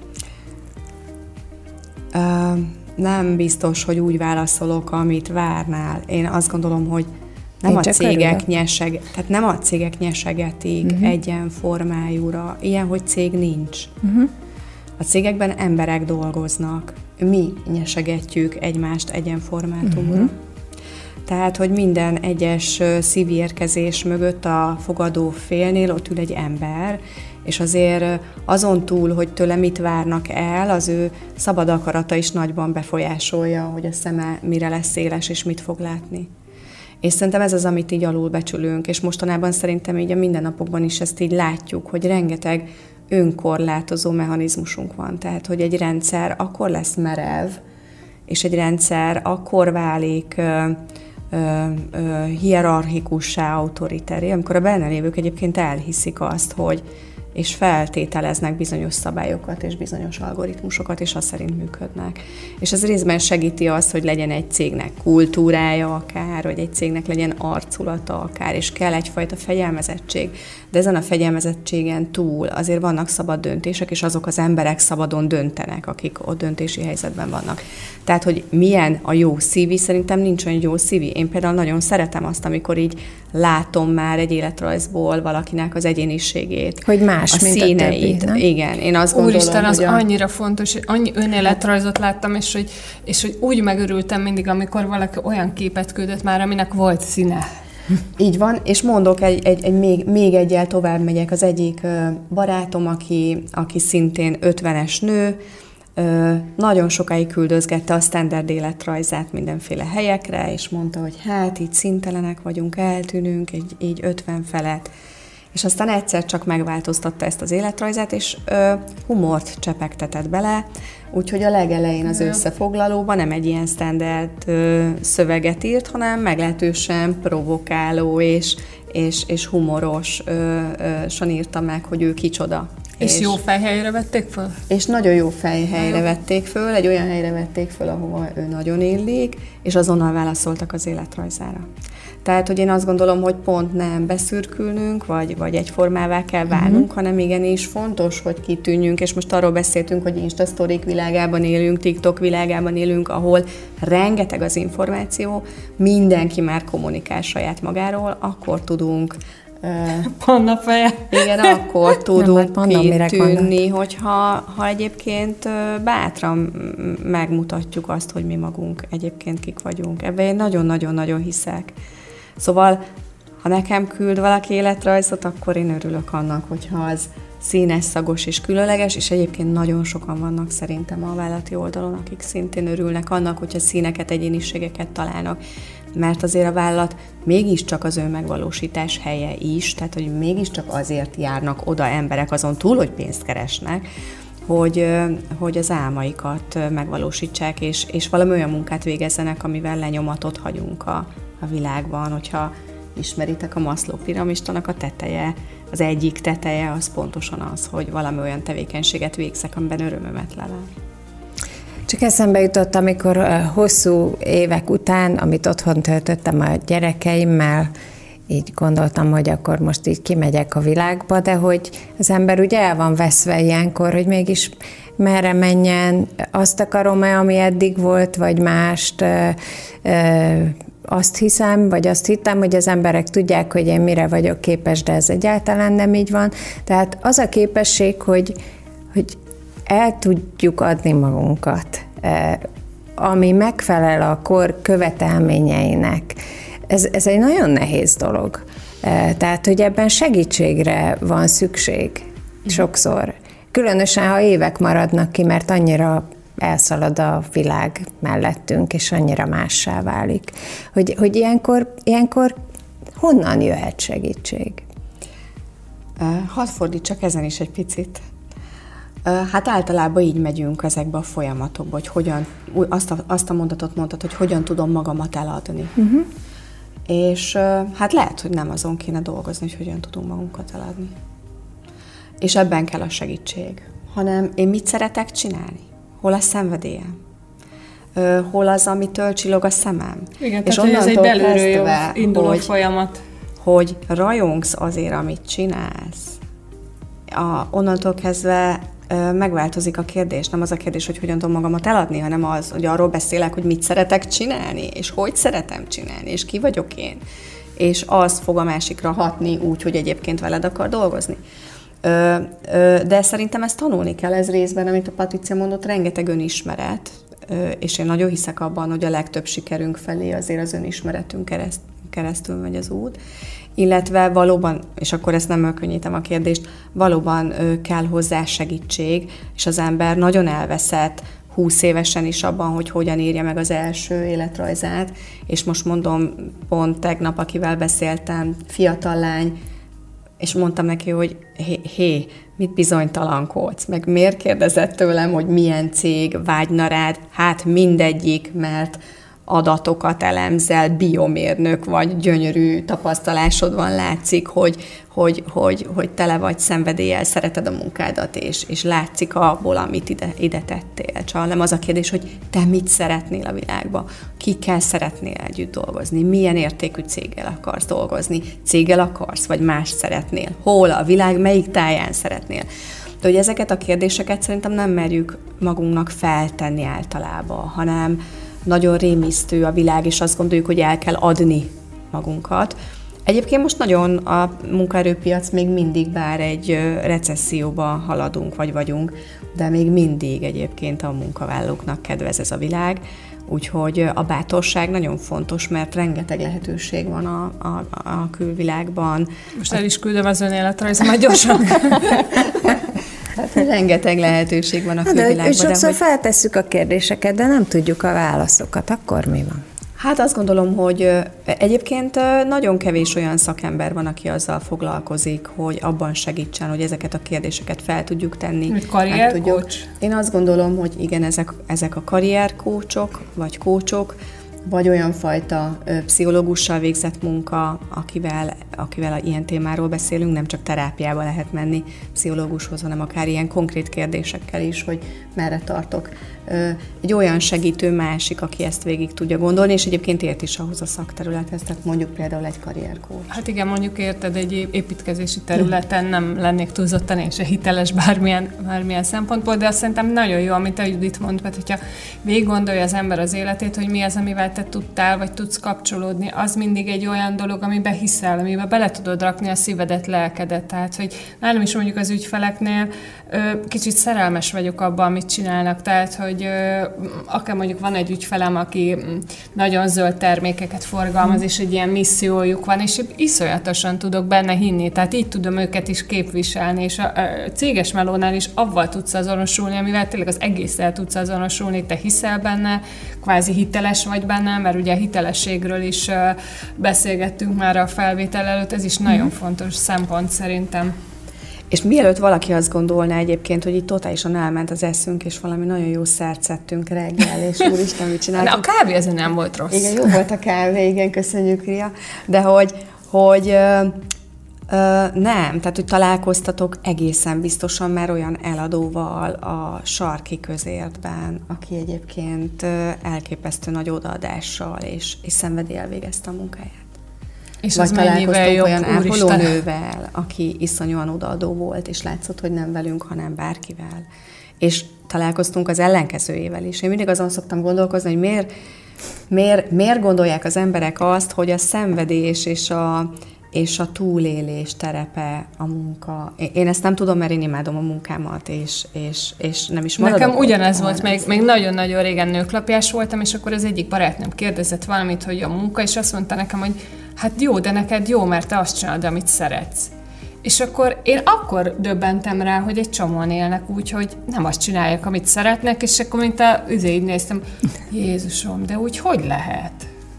Uh, nem biztos, hogy úgy válaszolok, amit várnál. Én azt gondolom, hogy nem a cégek nyeseg, tehát nem a cégek nyesegetik uh-huh. egyenformájúra. Ilyen, hogy cég nincs. Uh-huh. A cégekben emberek dolgoznak. Mi nyesegetjük egymást egyenformátumra. Uh-huh. Tehát, hogy minden egyes szívérkezés mögött a fogadó félnél ott ül egy ember, és azért azon túl, hogy tőle mit várnak el, az ő szabad akarata is nagyban befolyásolja, hogy a szeme mire lesz széles, és mit fog látni. És szerintem ez az, amit így alulbecsülünk, és mostanában szerintem így a mindennapokban is ezt így látjuk, hogy rengeteg önkorlátozó mechanizmusunk van. Tehát, hogy egy rendszer akkor lesz merev, és egy rendszer akkor válik ö, ö, ö, hierarchikussá, autoritári, amikor a benne lévők egyébként elhiszik azt, hogy és feltételeznek bizonyos szabályokat és bizonyos algoritmusokat, és az szerint működnek. És ez részben segíti azt, hogy legyen egy cégnek kultúrája akár, vagy egy cégnek legyen arculata akár, és kell egyfajta fegyelmezettség. De ezen a fegyelmezettségen túl azért vannak szabad döntések, és azok az emberek szabadon döntenek, akik ott döntési helyzetben vannak. Tehát, hogy milyen a jó szívi, szerintem nincs olyan jó szívi. Én például nagyon szeretem azt, amikor így látom már egy életrajzból valakinek az egyéniségét. Hogy más, a mint színeit. A többi, Igen, én azt gondolom, Úristen, az hogy a... annyira fontos, hogy annyi önéletrajzot láttam, és hogy, és hogy úgy megörültem mindig, amikor valaki olyan képet küldött már, aminek volt színe. Így van, és mondok egy, egy, egy még, még egyel tovább megyek. Az egyik barátom, aki, aki szintén ötvenes nő, nagyon sokáig küldözgette a standard életrajzát mindenféle helyekre, és mondta, hogy hát így szintelenek vagyunk, eltűnünk, egy, így ötven felett. és aztán egyszer csak megváltoztatta ezt az életrajzát, és ö, humort csepegtetett bele, úgyhogy a legelején az összefoglalóban nem egy ilyen standard ö, szöveget írt, hanem meglehetősen provokáló és, és, és humorosan írta meg, hogy ő kicsoda. És, és jó fejhelyre vették föl? És nagyon jó fejhelyre vették föl, egy olyan helyre vették föl, ahova ő nagyon illik, és azonnal válaszoltak az életrajzára. Tehát, hogy én azt gondolom, hogy pont nem beszürkülnünk, vagy, vagy egyformává kell válnunk, uh-huh. hanem igenis fontos, hogy kitűnjünk, és most arról beszéltünk, hogy Instasztorik világában élünk, TikTok világában élünk, ahol rengeteg az információ, mindenki már kommunikál saját magáról, akkor tudunk Panna feje. Igen, akkor tudunk kitűnni, hogyha ha egyébként bátran megmutatjuk azt, hogy mi magunk egyébként kik vagyunk. Ebben én nagyon-nagyon-nagyon hiszek. Szóval, ha nekem küld valaki életrajzot, akkor én örülök annak, hogyha az színes, szagos és különleges, és egyébként nagyon sokan vannak szerintem a vállalati oldalon, akik szintén örülnek annak, hogyha színeket, egyéniségeket találnak, mert azért a vállalat mégiscsak az önmegvalósítás helye is, tehát hogy mégiscsak azért járnak oda emberek azon túl, hogy pénzt keresnek, hogy, hogy az álmaikat megvalósítsák, és, és valami olyan munkát végezzenek, amivel lenyomatot hagyunk a, a világban. Hogyha ismeritek a Maslow piramistnak a teteje, az egyik teteje az pontosan az, hogy valami olyan tevékenységet végzek, amiben örömömet lelem. Csak eszembe jutott, amikor hosszú évek után, amit otthon töltöttem a gyerekeimmel, így gondoltam, hogy akkor most így kimegyek a világba, de hogy az ember ugye el van veszve ilyenkor, hogy mégis merre menjen, azt akarom-e, ami eddig volt, vagy mást, azt hiszem, vagy azt hittem, hogy az emberek tudják, hogy én mire vagyok képes, de ez egyáltalán nem így van. Tehát az a képesség, hogy, hogy el tudjuk adni magunkat, ami megfelel a kor követelményeinek. Ez, ez egy nagyon nehéz dolog. Tehát, hogy ebben segítségre van szükség sokszor. Különösen, ha évek maradnak ki, mert annyira elszalad a világ mellettünk, és annyira mássá válik. Hogy, hogy ilyenkor, ilyenkor honnan jöhet segítség? Hadd fordítsak ezen is egy picit. Hát általában így megyünk ezekbe a folyamatokba, hogy hogyan, azt a, azt a mondatot mondtad, hogy hogyan tudom magamat eladni. Uh-huh. És hát lehet, hogy nem azon kéne dolgozni, hogy hogyan tudunk magunkat eladni. És ebben kell a segítség. Hanem én mit szeretek csinálni? Hol a szenvedélyem? Hol az, amitől csillog a szemem? Igen, és tehát ez egy belülről induló hogy, folyamat. Hogy rajongsz azért, amit csinálsz. A, onnantól kezdve megváltozik a kérdés. Nem az a kérdés, hogy hogyan tudom magamat eladni, hanem az, hogy arról beszélek, hogy mit szeretek csinálni, és hogy szeretem csinálni, és ki vagyok én. És az fog a másikra hatni úgy, hogy egyébként veled akar dolgozni. Ö, ö, de szerintem ezt tanulni kell, ez részben, amit a Patricia mondott, rengeteg önismeret, ö, és én nagyon hiszek abban, hogy a legtöbb sikerünk felé azért az önismeretünk kereszt, keresztül megy az út, illetve valóban, és akkor ezt nem elkönnyítem a kérdést, valóban ö, kell hozzá segítség, és az ember nagyon elveszett húsz évesen is abban, hogy hogyan írja meg az első életrajzát, és most mondom, pont tegnap, akivel beszéltem, fiatal lány, és mondtam neki, hogy hé, hé, mit bizonytalankodsz, meg miért kérdezett tőlem, hogy milyen cég vágyna rád, hát mindegyik, mert adatokat elemzel, biomérnök vagy, gyönyörű tapasztalásod van, látszik, hogy, hogy, hogy, hogy tele vagy szenvedéllyel, szereted a munkádat, és, és látszik abból, amit ide, ide tettél. Csak nem az a kérdés, hogy te mit szeretnél a világban, kikkel szeretnél együtt dolgozni, milyen értékű céggel akarsz dolgozni, céggel akarsz, vagy más szeretnél, hol, a világ melyik táján szeretnél. De hogy ezeket a kérdéseket szerintem nem merjük magunknak feltenni általában, hanem nagyon rémisztő a világ, és azt gondoljuk, hogy el kell adni magunkat. Egyébként most nagyon a munkaerőpiac még mindig, bár egy recesszióba haladunk, vagy vagyunk, de még mindig egyébként a munkavállalóknak kedvez ez a világ, úgyhogy a bátorság nagyon fontos, mert rengeteg lehetőség van a, a, a külvilágban. Most el is küldöm az önéletrajzomat gyorsan. Hát rengeteg lehetőség van a külvilágban. De sokszor de, hogy... feltesszük a kérdéseket, de nem tudjuk a válaszokat. Akkor mi van? Hát azt gondolom, hogy egyébként nagyon kevés olyan szakember van, aki azzal foglalkozik, hogy abban segítsen, hogy ezeket a kérdéseket fel tudjuk tenni. Mint karriercoach? Én azt gondolom, hogy igen, ezek, ezek a karriercoachok, vagy coachok, vagy olyan fajta ö, pszichológussal végzett munka, akivel, akivel ilyen témáról beszélünk, nem csak terápiába lehet menni pszichológushoz, hanem akár ilyen konkrét kérdésekkel is, hogy merre tartok. Ö, egy olyan segítő másik, aki ezt végig tudja gondolni, és egyébként ért is ahhoz a szakterülethez, tehát mondjuk például egy karriercoach. Hát igen, mondjuk érted, egy építkezési területen nem lennék túlzottan én se hiteles bármilyen, bármilyen szempontból, de azt szerintem nagyon jó, amit a Judit mond, mert hogyha végig gondolja az ember az életét, hogy mi az, amivel te tudtál, vagy tudsz kapcsolódni, az mindig egy olyan dolog, amiben hiszel, amiben bele tudod rakni a szívedet, lelkedet. Tehát, hogy nálam is mondjuk az ügyfeleknél ö, kicsit szerelmes vagyok abban, amit csinálnak. Tehát, hogy ö, akár mondjuk van egy ügyfelem, aki nagyon zöld termékeket forgalmaz, mm. és egy ilyen missziójuk van, és iszonyatosan tudok benne hinni. Tehát így tudom őket is képviselni, és a, a céges melónál is avval tudsz azonosulni, amivel tényleg az egésszel tudsz azonosulni, te hiszel benne, kvázi hiteles vagy benne, mert ugye a hitelességről is uh, beszélgettünk már a felvétel előtt, ez is nagyon mm. fontos szempont szerintem. És mielőtt valaki azt gondolná egyébként, hogy itt totálisan elment az eszünk, és valami nagyon jó szert szedtünk reggel, és úristen, mit csináltunk. De a kávé ezen nem volt rossz. Igen, jó volt a kávé, igen, köszönjük, Ria. De hogy, hogy ö, ö, nem, tehát hogy találkoztatok egészen biztosan már olyan eladóval a sarki közértben, aki egyébként ö, elképesztő nagy odaadással és, és szenvedéllyel végezte a munkáját. És vagy találkoztunk olyan úristen ápolónővel, aki iszonyúan odaadó volt, és látszott, hogy nem velünk, hanem bárkivel. És találkoztunk az ellenkezőjével is. Én mindig azon szoktam gondolkozni, hogy miért, miért, miért gondolják az emberek azt, hogy a szenvedés és a, és a túlélés terepe a munka. Én ezt nem tudom, mert én imádom a munkámat, és, és, és nem is maradok. Nekem ugyanez volt, még, még nagyon-nagyon régen nőklapjás voltam, és akkor az egyik barátnőm kérdezett valamit, hogy a munka, és azt mondta nekem, hogy hát jó, de neked jó, mert te azt csinálod, amit szeretsz. És akkor én akkor döbbentem rá, hogy egy csomóan élnek úgy, hogy nem azt csinálják, amit szeretnek, és akkor mint a üzé így néztem, Jézusom, de úgy hogy lehet?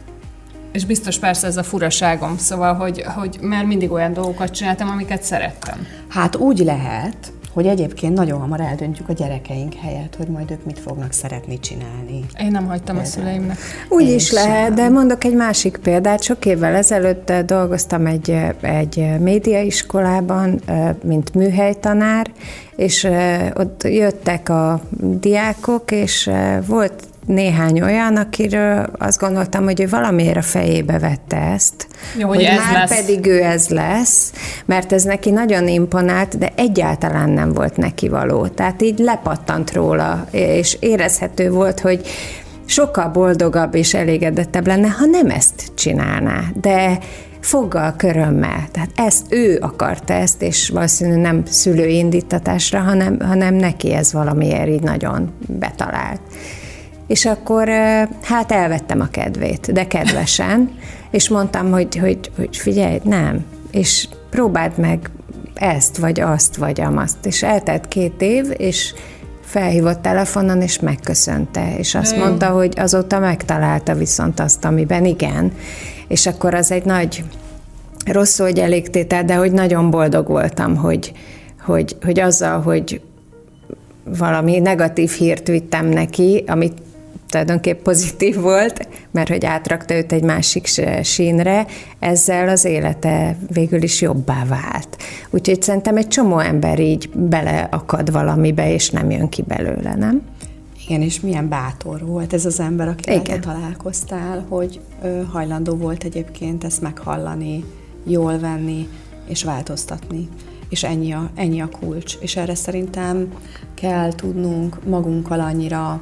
És biztos persze ez a furaságom, szóval, hogy, hogy mert mindig olyan dolgokat csináltam, amiket szerettem. Hát úgy lehet, hogy egyébként nagyon hamar eldöntjük a gyerekeink helyett, hogy majd ők mit fognak szeretni csinálni. Én nem hagytam Például. a szüleimnek. Úgy Én is lehet, sem. De mondok egy másik példát. Sok évvel ezelőtt dolgoztam egy, egy médiaiskolában, mint műhelytanár, és ott jöttek a diákok, és volt néhány olyan, akiről azt gondoltam, hogy ő valamiért a fejébe vette ezt, Jó, hogy, hogy ez már lesz. pedig ő ez lesz, mert ez neki nagyon imponált, de egyáltalán nem volt neki való. Tehát így lepattant róla, és érezhető volt, hogy sokkal boldogabb és elégedettebb lenne, ha nem ezt csinálná, de foggal, körömmel. Tehát ezt ő akarta ezt, és valószínűleg nem szülői indítatásra, hanem, hanem neki ez valamiért így nagyon betalált. És akkor hát elvettem a kedvét, de kedvesen, és mondtam, hogy, hogy, hogy figyelj, nem, és próbáld meg ezt, vagy azt, vagy amazt. És eltelt két év, és felhívott telefonon, és megköszönte, és azt Jó. mondta, hogy azóta megtalálta viszont azt, amiben igen. És akkor az egy nagy, rossz, hogy elégtétel, de hogy nagyon boldog voltam, hogy, hogy, hogy azzal, hogy valami negatív hírt vittem neki, amit tulajdonképp pozitív volt, mert hogy átrakta őt egy másik sínre, ezzel az élete végül is jobbá vált. Úgyhogy szerintem egy csomó ember így beleakad valamibe, és nem jön ki belőle, nem? Igen, és milyen bátor volt ez az ember, akivel te találkoztál, hogy ö, hajlandó volt egyébként ezt meghallani, jól venni, és változtatni. És ennyi a, ennyi a kulcs. És erre szerintem kell tudnunk magunkkal annyira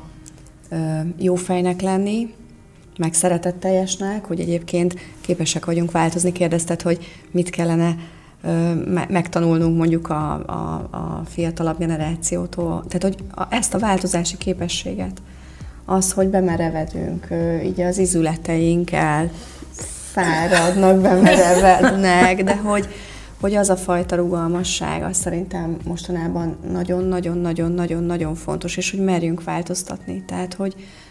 jó fejnek lenni, meg szeretetteljesnek, hogy egyébként képesek vagyunk változni. Kérdezted, hogy mit kellene me- megtanulnunk mondjuk a, a, a fiatalabb generációtól. Tehát, hogy a, ezt a változási képességet, az, hogy bemerevedünk, így az izületeink elfáradnak, bemerevednek, de hogy hogy az a fajta rugalmasság, az szerintem mostanában nagyon-nagyon-nagyon-nagyon-nagyon fontos, és hogy merjünk változtatni. Tehát, hogy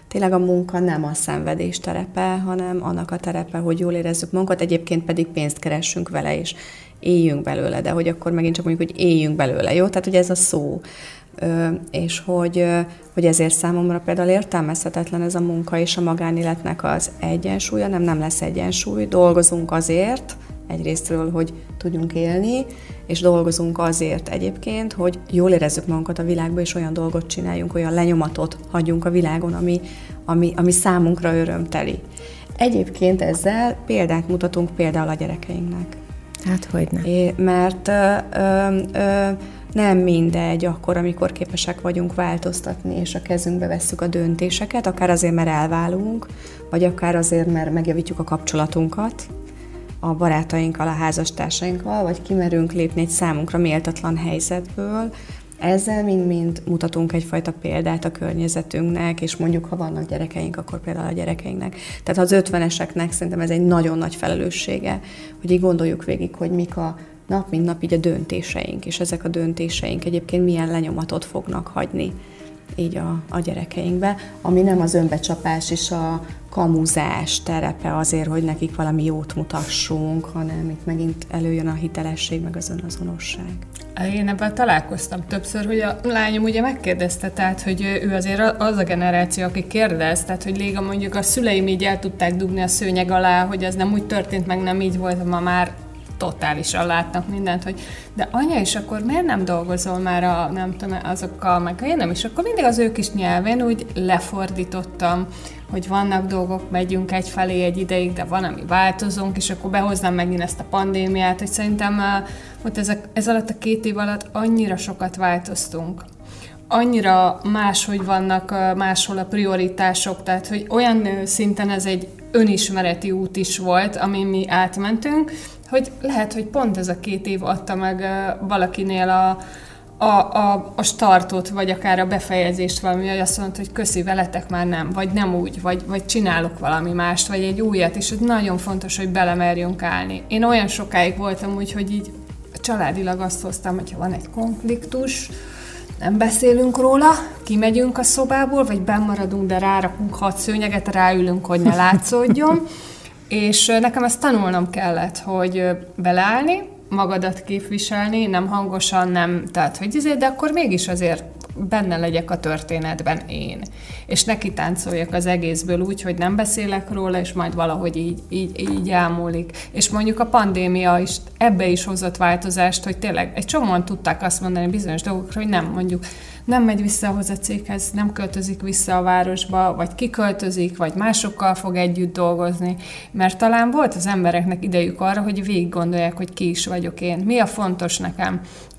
tényleg a munka nem a szenvedés terepe, hanem annak a terepe, hogy jól érezzük magunkat, egyébként pedig pénzt keressünk vele, és éljünk belőle, de hogy akkor megint csak mondjuk, hogy éljünk belőle, jó? Tehát, hogy ez a szó. Ö, és hogy, hogy ezért számomra például értelmezhetetlen ez a munka és a magánéletnek az egyensúlya, nem, nem lesz egyensúly, dolgozunk azért, egyrésztről, hogy tudjunk élni, és dolgozunk azért egyébként, hogy jól érezzük magunkat a világban, és olyan dolgot csináljunk, olyan lenyomatot hagyjunk a világon, ami, ami, ami számunkra örömteli. Egyébként ezzel példát mutatunk például a gyerekeinknek. Hát hogyne. É, mert ö, ö, ö, nem mindegy akkor, amikor képesek vagyunk változtatni, és a kezünkbe vesszük a döntéseket, akár azért, mert elválunk, vagy akár azért, mert megjavítjuk a kapcsolatunkat a barátainkkal, a házastársainkkal, vagy kimerünk lépni egy számunkra méltatlan helyzetből. Ezzel mind-mind mutatunk egyfajta példát a környezetünknek, és mondjuk, ha vannak gyerekeink, akkor például a gyerekeinknek. Tehát az ötveneseknek szerintem ez egy nagyon nagy felelőssége, hogy így gondoljuk végig, hogy mik a nap, mint nap így a döntéseink, és ezek a döntéseink egyébként milyen lenyomatot fognak hagyni így a, a gyerekeinkbe, ami nem az önbecsapás és a kamuzás terepe azért, hogy nekik valami jót mutassunk, hanem itt megint előjön a hitelesség, meg az önazonosság. Én ebben találkoztam többször, hogy a lányom ugye megkérdezte, tehát, hogy ő azért az a generáció, aki kérdez, tehát, hogy Léga mondjuk a szüleim így el tudták dugni a szőnyeg alá, hogy ez nem úgy történt, meg nem így volt, ma már totálisan látnak mindent, hogy de anya is, akkor miért nem dolgozol már a, nem tudom, azokkal, meg én nem is, akkor mindig az ők is nyelven úgy lefordítottam, hogy vannak dolgok, megyünk egyfelé egy ideig, de van, ami változunk, és akkor behoznám megint ezt a pandémiát, hogy szerintem hogy ezek, ez alatt a két év alatt annyira sokat változtunk. Annyira máshogy vannak máshol a prioritások, tehát hogy olyan szinten ez egy önismereti út is volt, amin mi átmentünk, hogy lehet, hogy pont ez a két év adta meg valakinél a, a, a, a startot, vagy akár a befejezést valami, hogy azt mondta, hogy köszi, veletek már nem, vagy nem úgy, vagy, vagy csinálok valami mást, vagy egy újat, és ez nagyon fontos, hogy belemerjünk állni. Én olyan sokáig voltam úgy, hogy így családilag azt hoztam, hogyha van egy konfliktus, nem beszélünk róla, kimegyünk a szobából, vagy bennmaradunk, de rárakunk hat szőnyeget, ráülünk, hogy ne látszódjon. És nekem ezt tanulnom kellett, hogy beleállni, magadat képviselni, nem hangosan, nem, tehát hogy azért, de akkor mégis azért benne legyek a történetben én. És neki táncoljak az egészből úgy, hogy nem beszélek róla, és majd valahogy így, így, így elmúlik. És mondjuk a pandémia is ebbe is hozott változást, hogy tényleg egy csomóan tudták azt mondani bizonyos dolgokra, hogy nem, mondjuk nem megy vissza ahhoz a céghez, nem költözik vissza a városba, vagy kiköltözik, vagy másokkal fog együtt dolgozni, mert talán volt az embereknek idejük arra, hogy végig gondolják, hogy ki is vagyok én, mi a fontos nekem.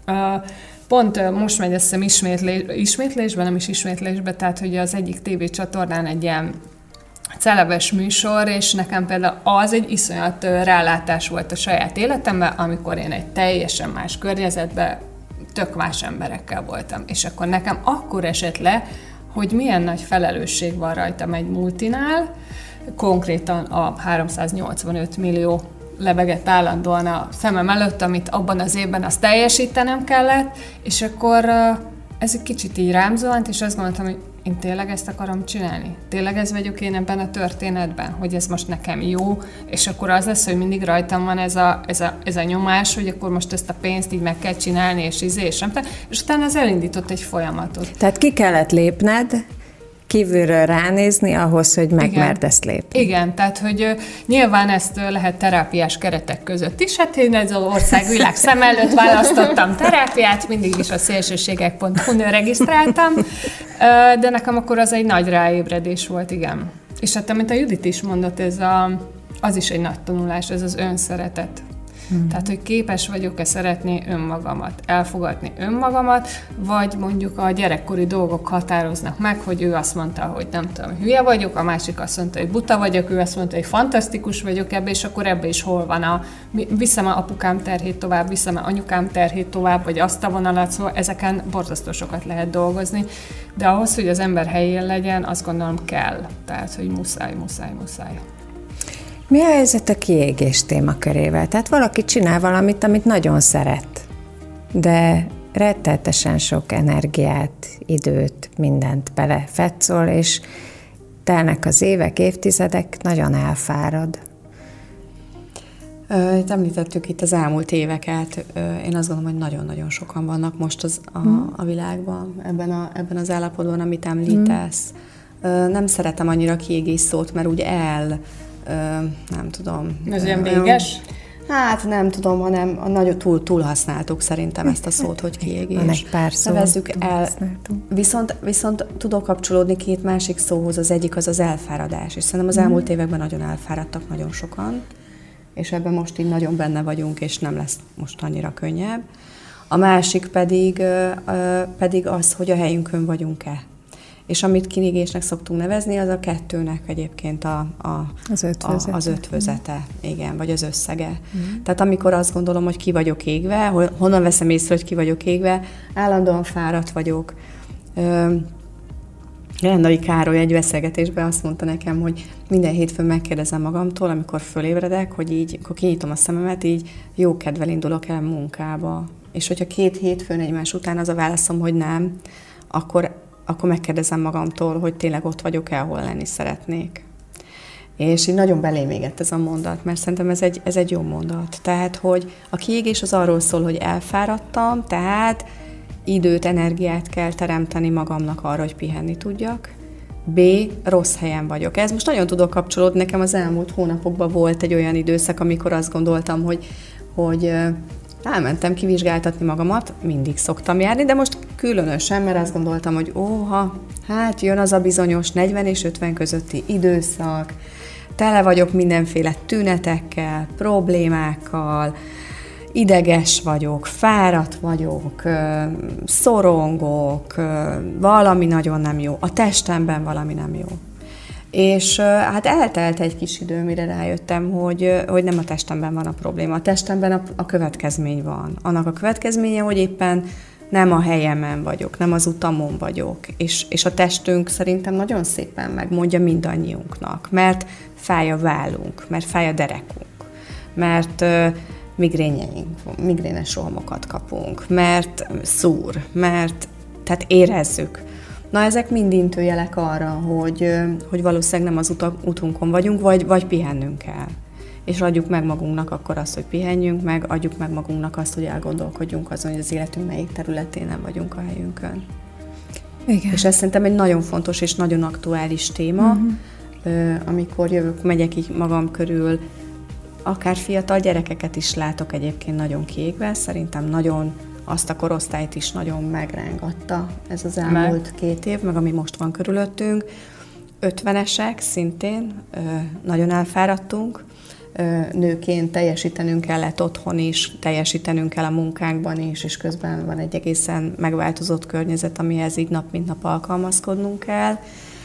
Pont most megy, azt hiszem, ismétlés, ismétlésben, nem is ismétlésben, tehát hogy az egyik tévécsatornán egy ilyen celebes műsor, és nekem például az egy iszonyat rálátás volt a saját életemben, amikor én egy teljesen más környezetben tök más emberekkel voltam. És akkor nekem akkor esett le, hogy milyen nagy felelősség van rajtam egy multinál, konkrétan a háromszáznyolcvanöt millió lebegett állandóan a szemem előtt, amit abban az évben azt teljesítenem kellett, és akkor ez egy kicsit így rám zuhant, és azt gondoltam, hogy én tényleg ezt akarom csinálni? Tényleg ez vagyok én ebben a történetben, hogy ez most nekem jó, és akkor az lesz, hogy mindig rajtam van ez a, ez a, ez a nyomás, hogy akkor most ezt a pénzt így meg kell csinálni, és izé, és nem, és utána ez elindított egy folyamatot. Tehát ki kellett lépned, kívülről ránézni ahhoz, hogy megmerd ezt lépni. Igen, tehát, hogy uh, nyilván ezt uh, lehet terápiás keretek között is. Hát én ez az ország világ szem előtt választottam terápiát, mindig is a szélsőségek pont hu-n regisztráltam, uh, de nekem akkor az egy nagy ráébredés volt, igen. És hát, amit a Judit is mondott, ez a, az is egy nagy tanulás, ez az önszeretet. Hmm. Tehát, hogy képes vagyok-e szeretni önmagamat, elfogadni önmagamat, vagy mondjuk a gyerekkori dolgok határoznak meg, hogy ő azt mondta, hogy nem tudom, hülye vagyok, a másik azt mondta, hogy buta vagyok, ő azt mondta, hogy fantasztikus vagyok ebbe, és akkor ebbe is hol van a, viszem a apukám terhét tovább, viszem a anyukám terhét tovább, vagy azt a vonalat, szóval ezeken borzasztó sokat lehet dolgozni, de ahhoz, hogy az ember helyén legyen, azt gondolom kell. Tehát, hogy muszáj, muszáj, muszáj. Mi a helyzet a kiégés témakörével? Tehát valaki csinál valamit, amit nagyon szeret, de rettenetesen sok energiát, időt, mindent belefetszol, és telnek az évek, évtizedek, nagyon elfárad. Itt említettük itt az elmúlt éveket. Én azt gondolom, hogy nagyon-nagyon sokan vannak most az, a, a világban, ebben, a, ebben az állapotban, amit említesz. Mm. Nem szeretem annyira a kiégés szót, mert úgy el, nem tudom. Ez ilyen véges? Hát nem tudom, hanem nagyon túl, túl használtuk szerintem ezt a szót, hogy kiégés. Van egy pár szó. Nevezzük el. Viszont, viszont tudok kapcsolódni két másik szóhoz, az egyik az az elfáradás, és szerintem az elmúlt években nagyon elfáradtak nagyon sokan, és ebben most így nagyon benne vagyunk, és nem lesz most annyira könnyebb. A másik pedig, pedig az, hogy a helyünkön vagyunk-e. És amit kiégésnek szoktunk nevezni, az a kettőnek egyébként a, a, az, ötvözete. A, az ötvözete, igen, vagy az összege. Mm. Tehát amikor azt gondolom, hogy ki vagyok égve, honnan veszem észre, hogy ki vagyok égve, állandóan fáradt vagyok. Rendai Károly egy beszélgetésben azt mondta nekem, hogy minden hétfőn megkérdezem magamtól, amikor fölébredek, hogy így, akkor kinyitom a szememet, így jó kedvel indulok el munkába. És hogyha két hétfőn egymás után az a válaszom, hogy nem, akkor akkor megkérdezem magamtól, hogy tényleg ott vagyok-e, ahol lenni szeretnék. És így nagyon belém égett ez a mondat, mert szerintem ez egy, ez egy jó mondat. Tehát, hogy a kiégés az arról szól, hogy elfáradtam, tehát időt, energiát kell teremteni magamnak arra, hogy pihenni tudjak. B. Rossz helyen vagyok. Ez most nagyon tudok kapcsolódni. Nekem az elmúlt hónapokban volt egy olyan időszak, amikor azt gondoltam, hogy, hogy elmentem kivizsgáltatni magamat, mindig szoktam járni, de most különösen, mert azt gondoltam, hogy óha, hát jön az a bizonyos negyven és ötven közötti időszak, tele vagyok mindenféle tünetekkel, problémákkal, ideges vagyok, fáradt vagyok, szorongok, valami nagyon nem jó, a testemben valami nem jó. És hát eltelt egy kis idő, mire rájöttem, hogy, hogy nem a testemben van a probléma. A testemben a, a következmény van. Annak a következménye, hogy éppen nem a helyemen vagyok, nem az utamon vagyok. És, és a testünk szerintem nagyon szépen megmondja mindannyiunknak, mert fáj a vállunk, mert fáj a derekunk, mert uh, migrényeink, migrénes rohamokat kapunk, mert szúr, mert tehát érezzük. Na, ezek mind intőjelek arra, hogy, hogy valószínűleg nem az utunkon vagyunk, vagy, vagy pihennünk kell. És adjuk meg magunknak akkor azt, hogy pihenjünk meg, adjuk meg magunknak azt, hogy elgondolkodjunk azon, hogy az életünk melyik területén nem vagyunk a helyünkön. Igen. És ez szerintem egy nagyon fontos és nagyon aktuális téma, uh-huh. amikor jövök, megyek így magam körül, akár fiatal gyerekeket is látok egyébként nagyon kiégve, szerintem nagyon azt a korosztályt is nagyon megrángatta ez az elmúlt meg. két év, meg ami most van körülöttünk. ötvenesek szintén, nagyon elfáradtunk, nőként teljesítenünk kellett otthon is, teljesítenünk kell a munkánkban is, és közben van egy egészen megváltozott környezet, amihez így nap mint nap alkalmazkodnunk kell.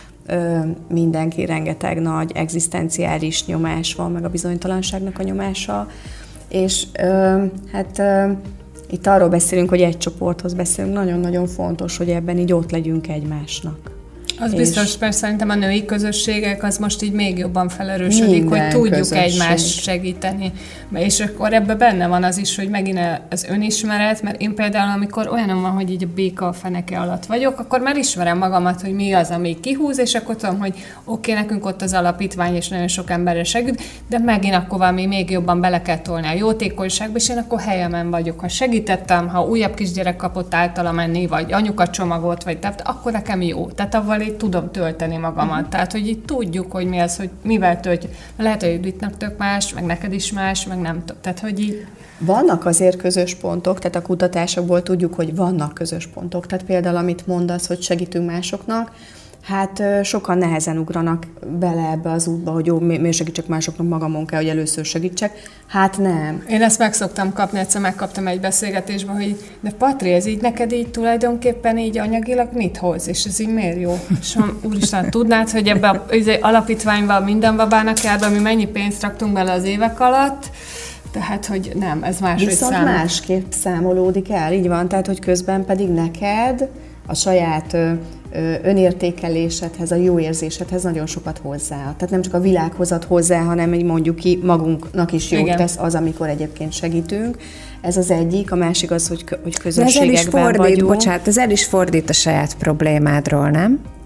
Mindenki rengeteg nagy egzisztenciális nyomás van, meg a bizonytalanságnak a nyomása, és hát itt arról beszélünk, hogy egy csoporthoz beszélünk, nagyon-nagyon fontos, hogy ebben így ott legyünk egymásnak. Az és biztos, mert szerintem a női közösségek az most így még jobban felerősödik, hogy tudjuk közösség. Egymást segíteni. És akkor ebben benne van az is, hogy megint az önismeret, mert én például, amikor olyan van, hogy így a béka a feneke alatt vagyok, akkor már ismerem magamat, hogy mi az, ami kihúz, és akkor tudom, hogy oké, okay, nekünk ott az alapítvány, és nagyon sok emberre segít, de megint akkor valami még jobban bele kell tolni a jótékonyságba, és én akkor helyemen vagyok. Ha segítettem, ha újabb kisgyerek kapott általa menni, vagy anyuka csomagot, vagy tehát akkor nekem jó. Tehát avval így tudom tölteni magamat. Uh-huh. Tehát, hogy így tudjuk, hogy mi az, hogy mivel töltjük. Lehet, hogy Juditnak tök más, meg neked is más, meg nem tudom. Tehát, hogy így... Vannak azért közös pontok, tehát a kutatásokból tudjuk, hogy vannak közös pontok. Tehát például, amit mondasz, hogy segítünk másoknak, hát sokan nehezen ugranak bele ebbe az útba, hogy jó, miért segítsek másoknak, magamon kell, hogy először segítsek. Hát nem. Én ezt meg szoktam kapni, egyszer megkaptam egy beszélgetésben, hogy de Patri, ez így neked így tulajdonképpen így anyagilag mit hoz, és ez így miért jó? És úristen, tudnád, hogy ebbe az alapítványban minden babának jár, mi mennyi pénzt raktunk bele az évek alatt, tehát, hogy nem, ez máshogy Viszont számol. másképp számolódik el, így van, tehát, hogy közben pedig neked a saját ö, ö, önértékelésedhez, a jó érzésedhez nagyon sokat hozzá. Tehát nem csak a világhoz ad hozzá, hanem így mondjuk ki magunknak is jót tesz az, amikor egyébként segítünk. Ez az egyik, a másik az, hogy, hogy közösségekben vagyunk. Bocsánat, ez el is fordít a saját problémádról, nem?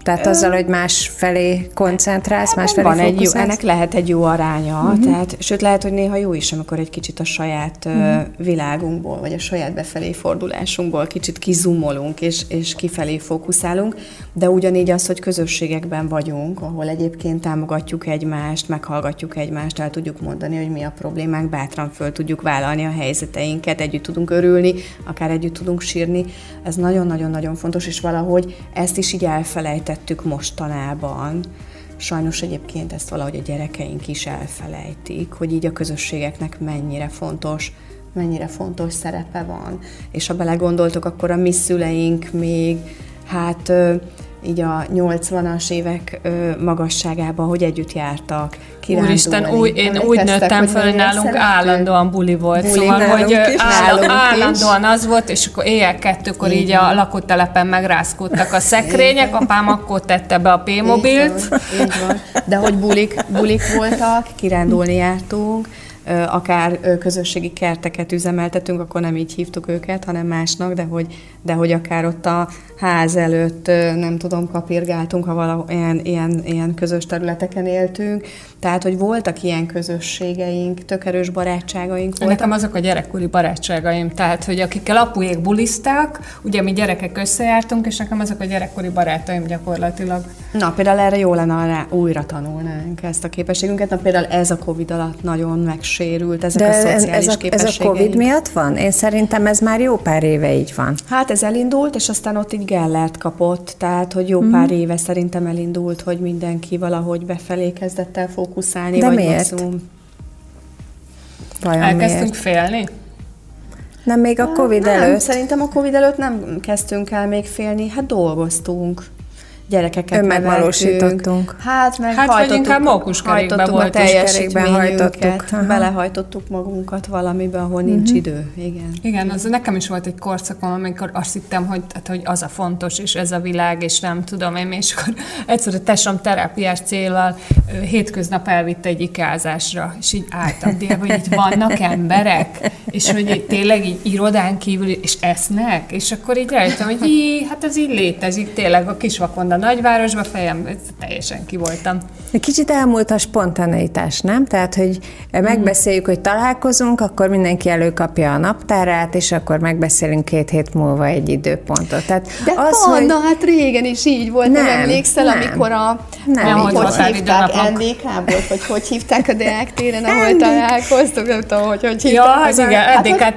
Tehát azzal, hogy más felé koncentrálsz, más felé van egy jó, fókuszálsz? ennek lehet egy jó aránya, uh-huh. tehát, sőt lehet, hogy néha jó is, amikor egy kicsit a saját uh-huh. világunkból, vagy a saját befelé fordulásunkból kicsit kizumolunk, és, és kifelé fókuszálunk, de ugyanígy az, hogy közösségekben vagyunk, ahol egyébként támogatjuk egymást, meghallgatjuk egymást, el tudjuk mondani, hogy mi a problémánk, bátran föl tudjuk vállalni a helyzeteinket, együtt tudunk örülni, akár együtt tudunk sírni. Ez nagyon-nagyon-nagyon fontos, és valahogy ezt is így elfelejtettük mostanában. Sajnos egyébként ezt valahogy a gyerekeink is elfelejtik, hogy így a közösségeknek mennyire fontos, mennyire fontos szerepe van. És ha belegondoltok, akkor a mi szüleink még, hát így a nyolcvanas évek magasságában, hogy együtt jártak, kirándulni. Úristen, új, én úgy nőttem fel, hogy nálunk állandóan buli volt, buli, szóval, hogy áll, állandóan is. az volt, és akkor éjjel kettőkor így, így a lakótelepen megrázkódtak a szekrények, apám akkor tette be a P-mobilt. Így van, így van. De hogy bulik, bulik voltak, kirándulni jártunk, akár közösségi kerteket üzemeltetünk, akkor nem így hívtuk őket, hanem másnak, de hogy, de hogy akár ott a ház előtt, nem tudom, kapirgáltunk, ha valahol ilyen, ilyen, ilyen közös területeken éltünk. Tehát, hogy voltak ilyen közösségeink, tök erős barátságaink voltak. Nekem azok a gyerekkori barátságaim, tehát, hogy akikkel apujék buliszták, ugye mi gyerekek összejártunk, és nekem azok a gyerekkori barátaim gyakorlatilag. Na, például erre jó lenne, rá újra tanulnánk ezt a képességünket. Na, például ez a Covid alatt nagyon megsérült, ezek De a szociális ez a, képességeink. ez a Covid miatt van? Én szerintem ez már jó pár éve így van. Hát ez elindult, és aztán ott így Gellert kapott, tehát, hogy jó pár mm. éve szerintem elindult, hogy mindenki valahogy befelé kezdett el fókuszálni. De vagy miért? Maximum. Vajon Elkezdtünk miért? félni? Nem, még a Covid nem, előtt? Szerintem a Covid előtt nem kezdtünk el még félni, hát dolgoztunk. Gyerekeket önmegvalósítottunk. Hát, meg hát vagy inkább mókuskerékben volt, a hajtottuk. Belehajtottuk magunkat valamiben, ahol nincs uh-huh. idő. Igen. Igen, az nekem is volt egy korszakom, amikor azt hittem, hogy, hát, hogy az a fontos, és ez a világ, és nem tudom én, és akkor egyszer a tesóm terápiás céllal hétköznap elvitte egy ikázásra, és így álltam délbe, hogy itt vannak emberek, és hogy itt tényleg így irodán kívül, és esznek, és akkor így rájöttem, hogy így, hát ez így létezik, tényleg a Kisvakon, a nagyvárosba, fejem, teljesen ki voltam. Kicsit elmúlt a spontaneitás, nem? Tehát, hogy megbeszéljük, hogy találkozunk, akkor mindenki előkapja a naptárát, és akkor megbeszélünk két hét múlva egy időpontot. Tehát de az, van, hogy... na hát régen is így volt, nem, nem emlékszel, nem, amikor a... Nem, nem hogy, hogy hívták, en dé ká volt, vagy hogy hívták a Deák téren, ahol találkoztunk, nem tudom, hogy hogy hívták. Ja, az igen, en dé ká...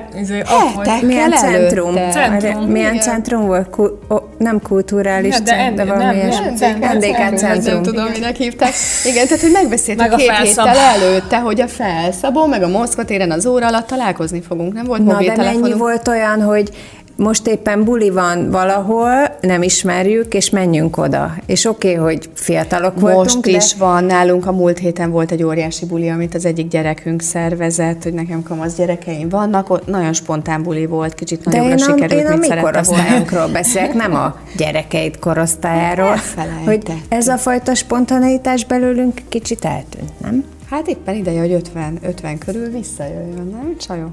Milyen centrum? centrum? Milyen igen. centrum volt? Ku, o, nem kulturális ja, centrum, de valami nem, en dé ká centrum. Nem tudom, minek hívták. Igen, tehát, hogy megbeszéltük két héttel előtte, hogy a Felszabó, meg a Moszkva téren az óra alatt találkozni fogunk. Nem volt mobiltelefonunk. Na, de mennyi volt olyan, hogy most éppen buli van valahol, nem ismerjük, és menjünk oda. És oké, okay, hogy fiatalok most voltunk, Most is de... van. Nálunk a múlt héten volt egy óriási buli, amit az egyik gyerekünk szervezett, hogy nekem kamasz gyerekeim vannak, ott nagyon spontán buli volt, kicsit de nagyobbra sikerült, én a, mint én a mi korosztályunkról beszélek, nem a gyerekeid korosztályáról. Hogy ez a fajta spontaneitás belőlünk kicsit eltűnt, nem? Hát éppen ideje, hogy ötven, ötven körül visszajöjjön, nem, csajok?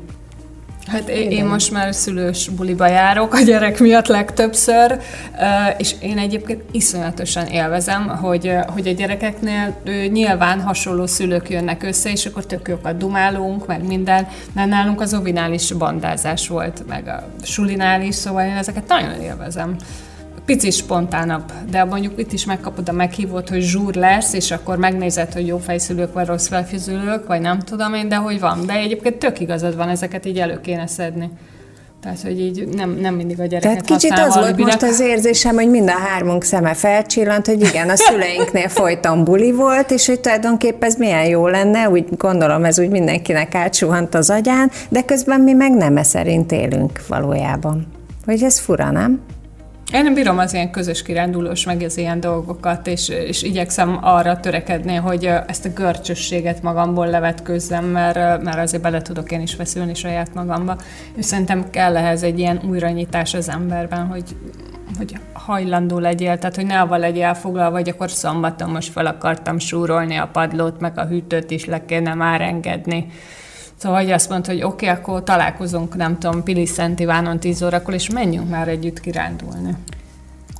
Hát én, én most már szülős buliba járok a gyerek miatt legtöbbször, és én egyébként iszonyatosan élvezem, hogy, hogy a gyerekeknél nyilván hasonló szülők jönnek össze, és akkor tök jókat dumálunk, meg minden, mert nálunk az ovinál is bandázás volt, meg a sulinál is, szóval én ezeket nagyon élvezem. Pici spontánabb, de mondjuk itt is megkapod a meghívót, hogy zsúr lesz, és akkor megnézed, hogy jó fejszülők vagy rossz fejszülők, vagy nem tudom én, de hogy van. De egyébként tök igazad van, ezeket így elő kéne szedni. Tehát, hogy így nem, nem mindig a gyereket Tehát kicsit az volt alibinek. most az érzésem, hogy mind a hármunk szeme felcsillant, hogy igen, a szüleinknél folyton buli volt, és hogy tulajdonképpen ez milyen jó lenne, úgy gondolom, ez úgy mindenkinek átsuhant az agyán, de közben mi meg nem e szerint élünk valójában. Hogy ez fura, nem? Én nem bírom az ilyen közös kirándulós, meg az ilyen dolgokat, és, és igyekszem arra törekedni, hogy ezt a görcsösséget magamból levetkőzzem, mert, mert azért bele tudok én is feszülni saját magamba. És szerintem kell ehhez egy ilyen újranyitás az emberben, hogy, hogy hajlandó legyél, tehát hogy ne avval legyél elfoglalva, hogy akkor szombaton most fel akartam súrolni a padlót, meg a hűtőt is le kéne már engedni. Szóval, hogy azt mondta, hogy oké, okay, akkor találkozunk, nem tudom, Pilis Szent Ivánon tíz órakor, és menjünk már együtt kirándulni.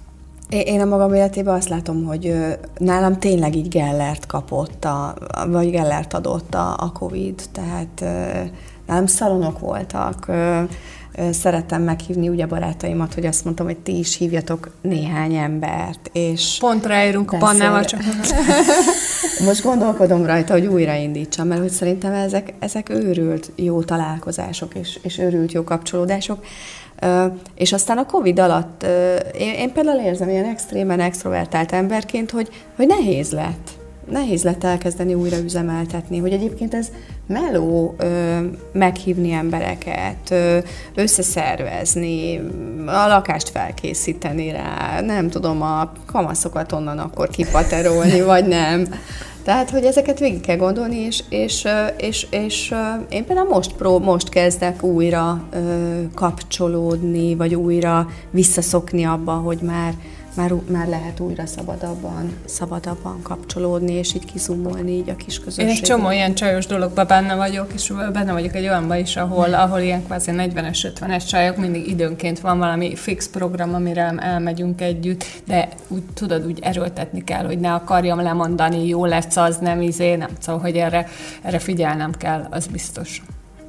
Én a magam életében azt látom, hogy nálam tényleg így Gellert kapott, a, vagy Gellert adott a, a Covid, tehát nálam szalonok voltak. Szerettem meghívni úgy a barátaimat, hogy azt mondtam, hogy ti is hívjatok néhány embert, és... Pont ráérünk a Pannával, csak... Most gondolkodom rajta, hogy újraindítsam, mert hogy szerintem ezek, ezek őrült jó találkozások, és, és őrült jó kapcsolódások. Uh, és aztán a Covid alatt uh, én, én például érzem ilyen extrémen extrovertált emberként, hogy, hogy nehéz lett. Nehéz lett elkezdeni újra üzemeltetni, hogy egyébként ez meló ö, meghívni embereket, ö, összeszervezni, a lakást felkészíteni rá, nem tudom, a kamaszokat onnan akkor kipaterolni, vagy nem. Tehát, hogy ezeket végig kell gondolni, és, és, és, és én például most, prób, most kezdek újra ö, kapcsolódni, vagy újra visszaszokni abba, hogy már Már, már lehet újra szabadabban, szabadabban kapcsolódni, és így kizumolni így a kis közösségben. Én egy csomó ilyen csajos dologban benne vagyok, és benne vagyok egy olyanban is, ahol, ahol ilyen kvázi negyvenes, ötvenes csajok, mindig időnként van valami fix program, amire elmegyünk együtt, de úgy tudod, úgy erőltetni kell, hogy ne akarjam lemondani, jó lesz az, nem izé, nem, szóval, hogy erre, erre figyelnem kell, az biztos.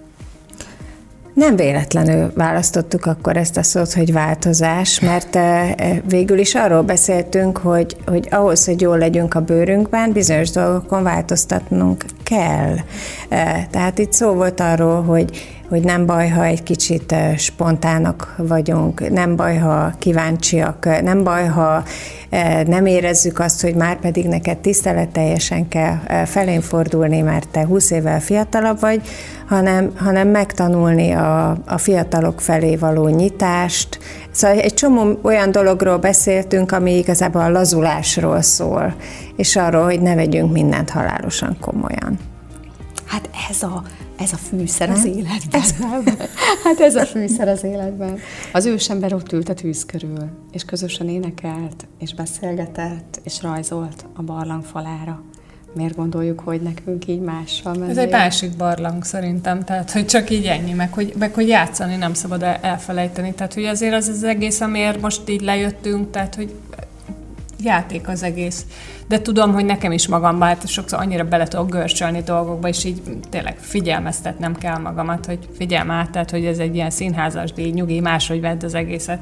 Nem véletlenül választottuk akkor ezt a szót, hogy változás, mert végül is arról beszéltünk, hogy, hogy ahhoz, hogy jól legyünk a bőrünkben, bizonyos dolgokon változtatnunk kell. Tehát itt szó volt arról, hogy hogy nem baj, ha egy kicsit spontának vagyunk, nem baj, ha kíváncsiak, nem baj, ha nem érezzük azt, hogy már pedig neked tiszteletteljesen kell felén fordulni, mert te húsz évvel fiatalabb vagy, hanem, hanem megtanulni a, a fiatalok felé való nyitást. Szóval egy csomó olyan dologról beszéltünk, ami igazából a lazulásról szól, és arról, hogy ne vegyünk mindent halálosan komolyan. Hát ez a Ez a fűszer az életben. Ez, hát ez a fűszer az életben. Az ősember ott ült a tűz körül, és közösen énekelt, és beszélgetett, és rajzolt a barlang falára. Miért gondoljuk, hogy nekünk így mással menni? Ez egy másik barlang szerintem, tehát hogy csak így ennyi, meg hogy, meg hogy játszani nem szabad elfelejteni. Tehát hogy azért az az egész, amiért most így lejöttünk, tehát hogy játék az egész. De tudom, hogy nekem is magamban, hát sokszor annyira bele tudok görcsölni dolgokba, és így tényleg figyelmeztetnem kell magamat, hogy figyelm át, tehát hogy ez egy ilyen színházas díj, nyugi, máshogy vedd az egészet.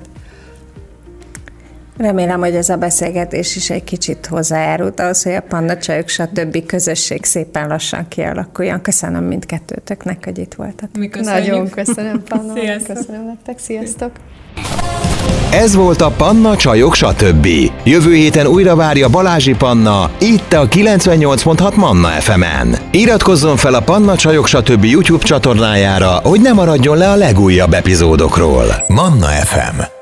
Remélem, hogy ez a beszélgetés is egy kicsit hozzájárult ahhoz, hogy a Panna Csajok stb. Közösség szépen lassan kialakuljon. Köszönöm mindkettőtöknek, hogy itt voltak. Mi köszönjük. Nagyon köszönöm, Panna. Sziasztok. Köszönöm nektek. Sziasztok. Ez volt a Panna Csajok stb. Jövő héten újra várja Balázsi Panna, itt a kilencvennyolc pont hat Manna ef emen. Iratkozzon fel a Panna Csajok stb. YouTube csatornájára, hogy ne maradjon le a legújabb epizódokról. Manna ef em.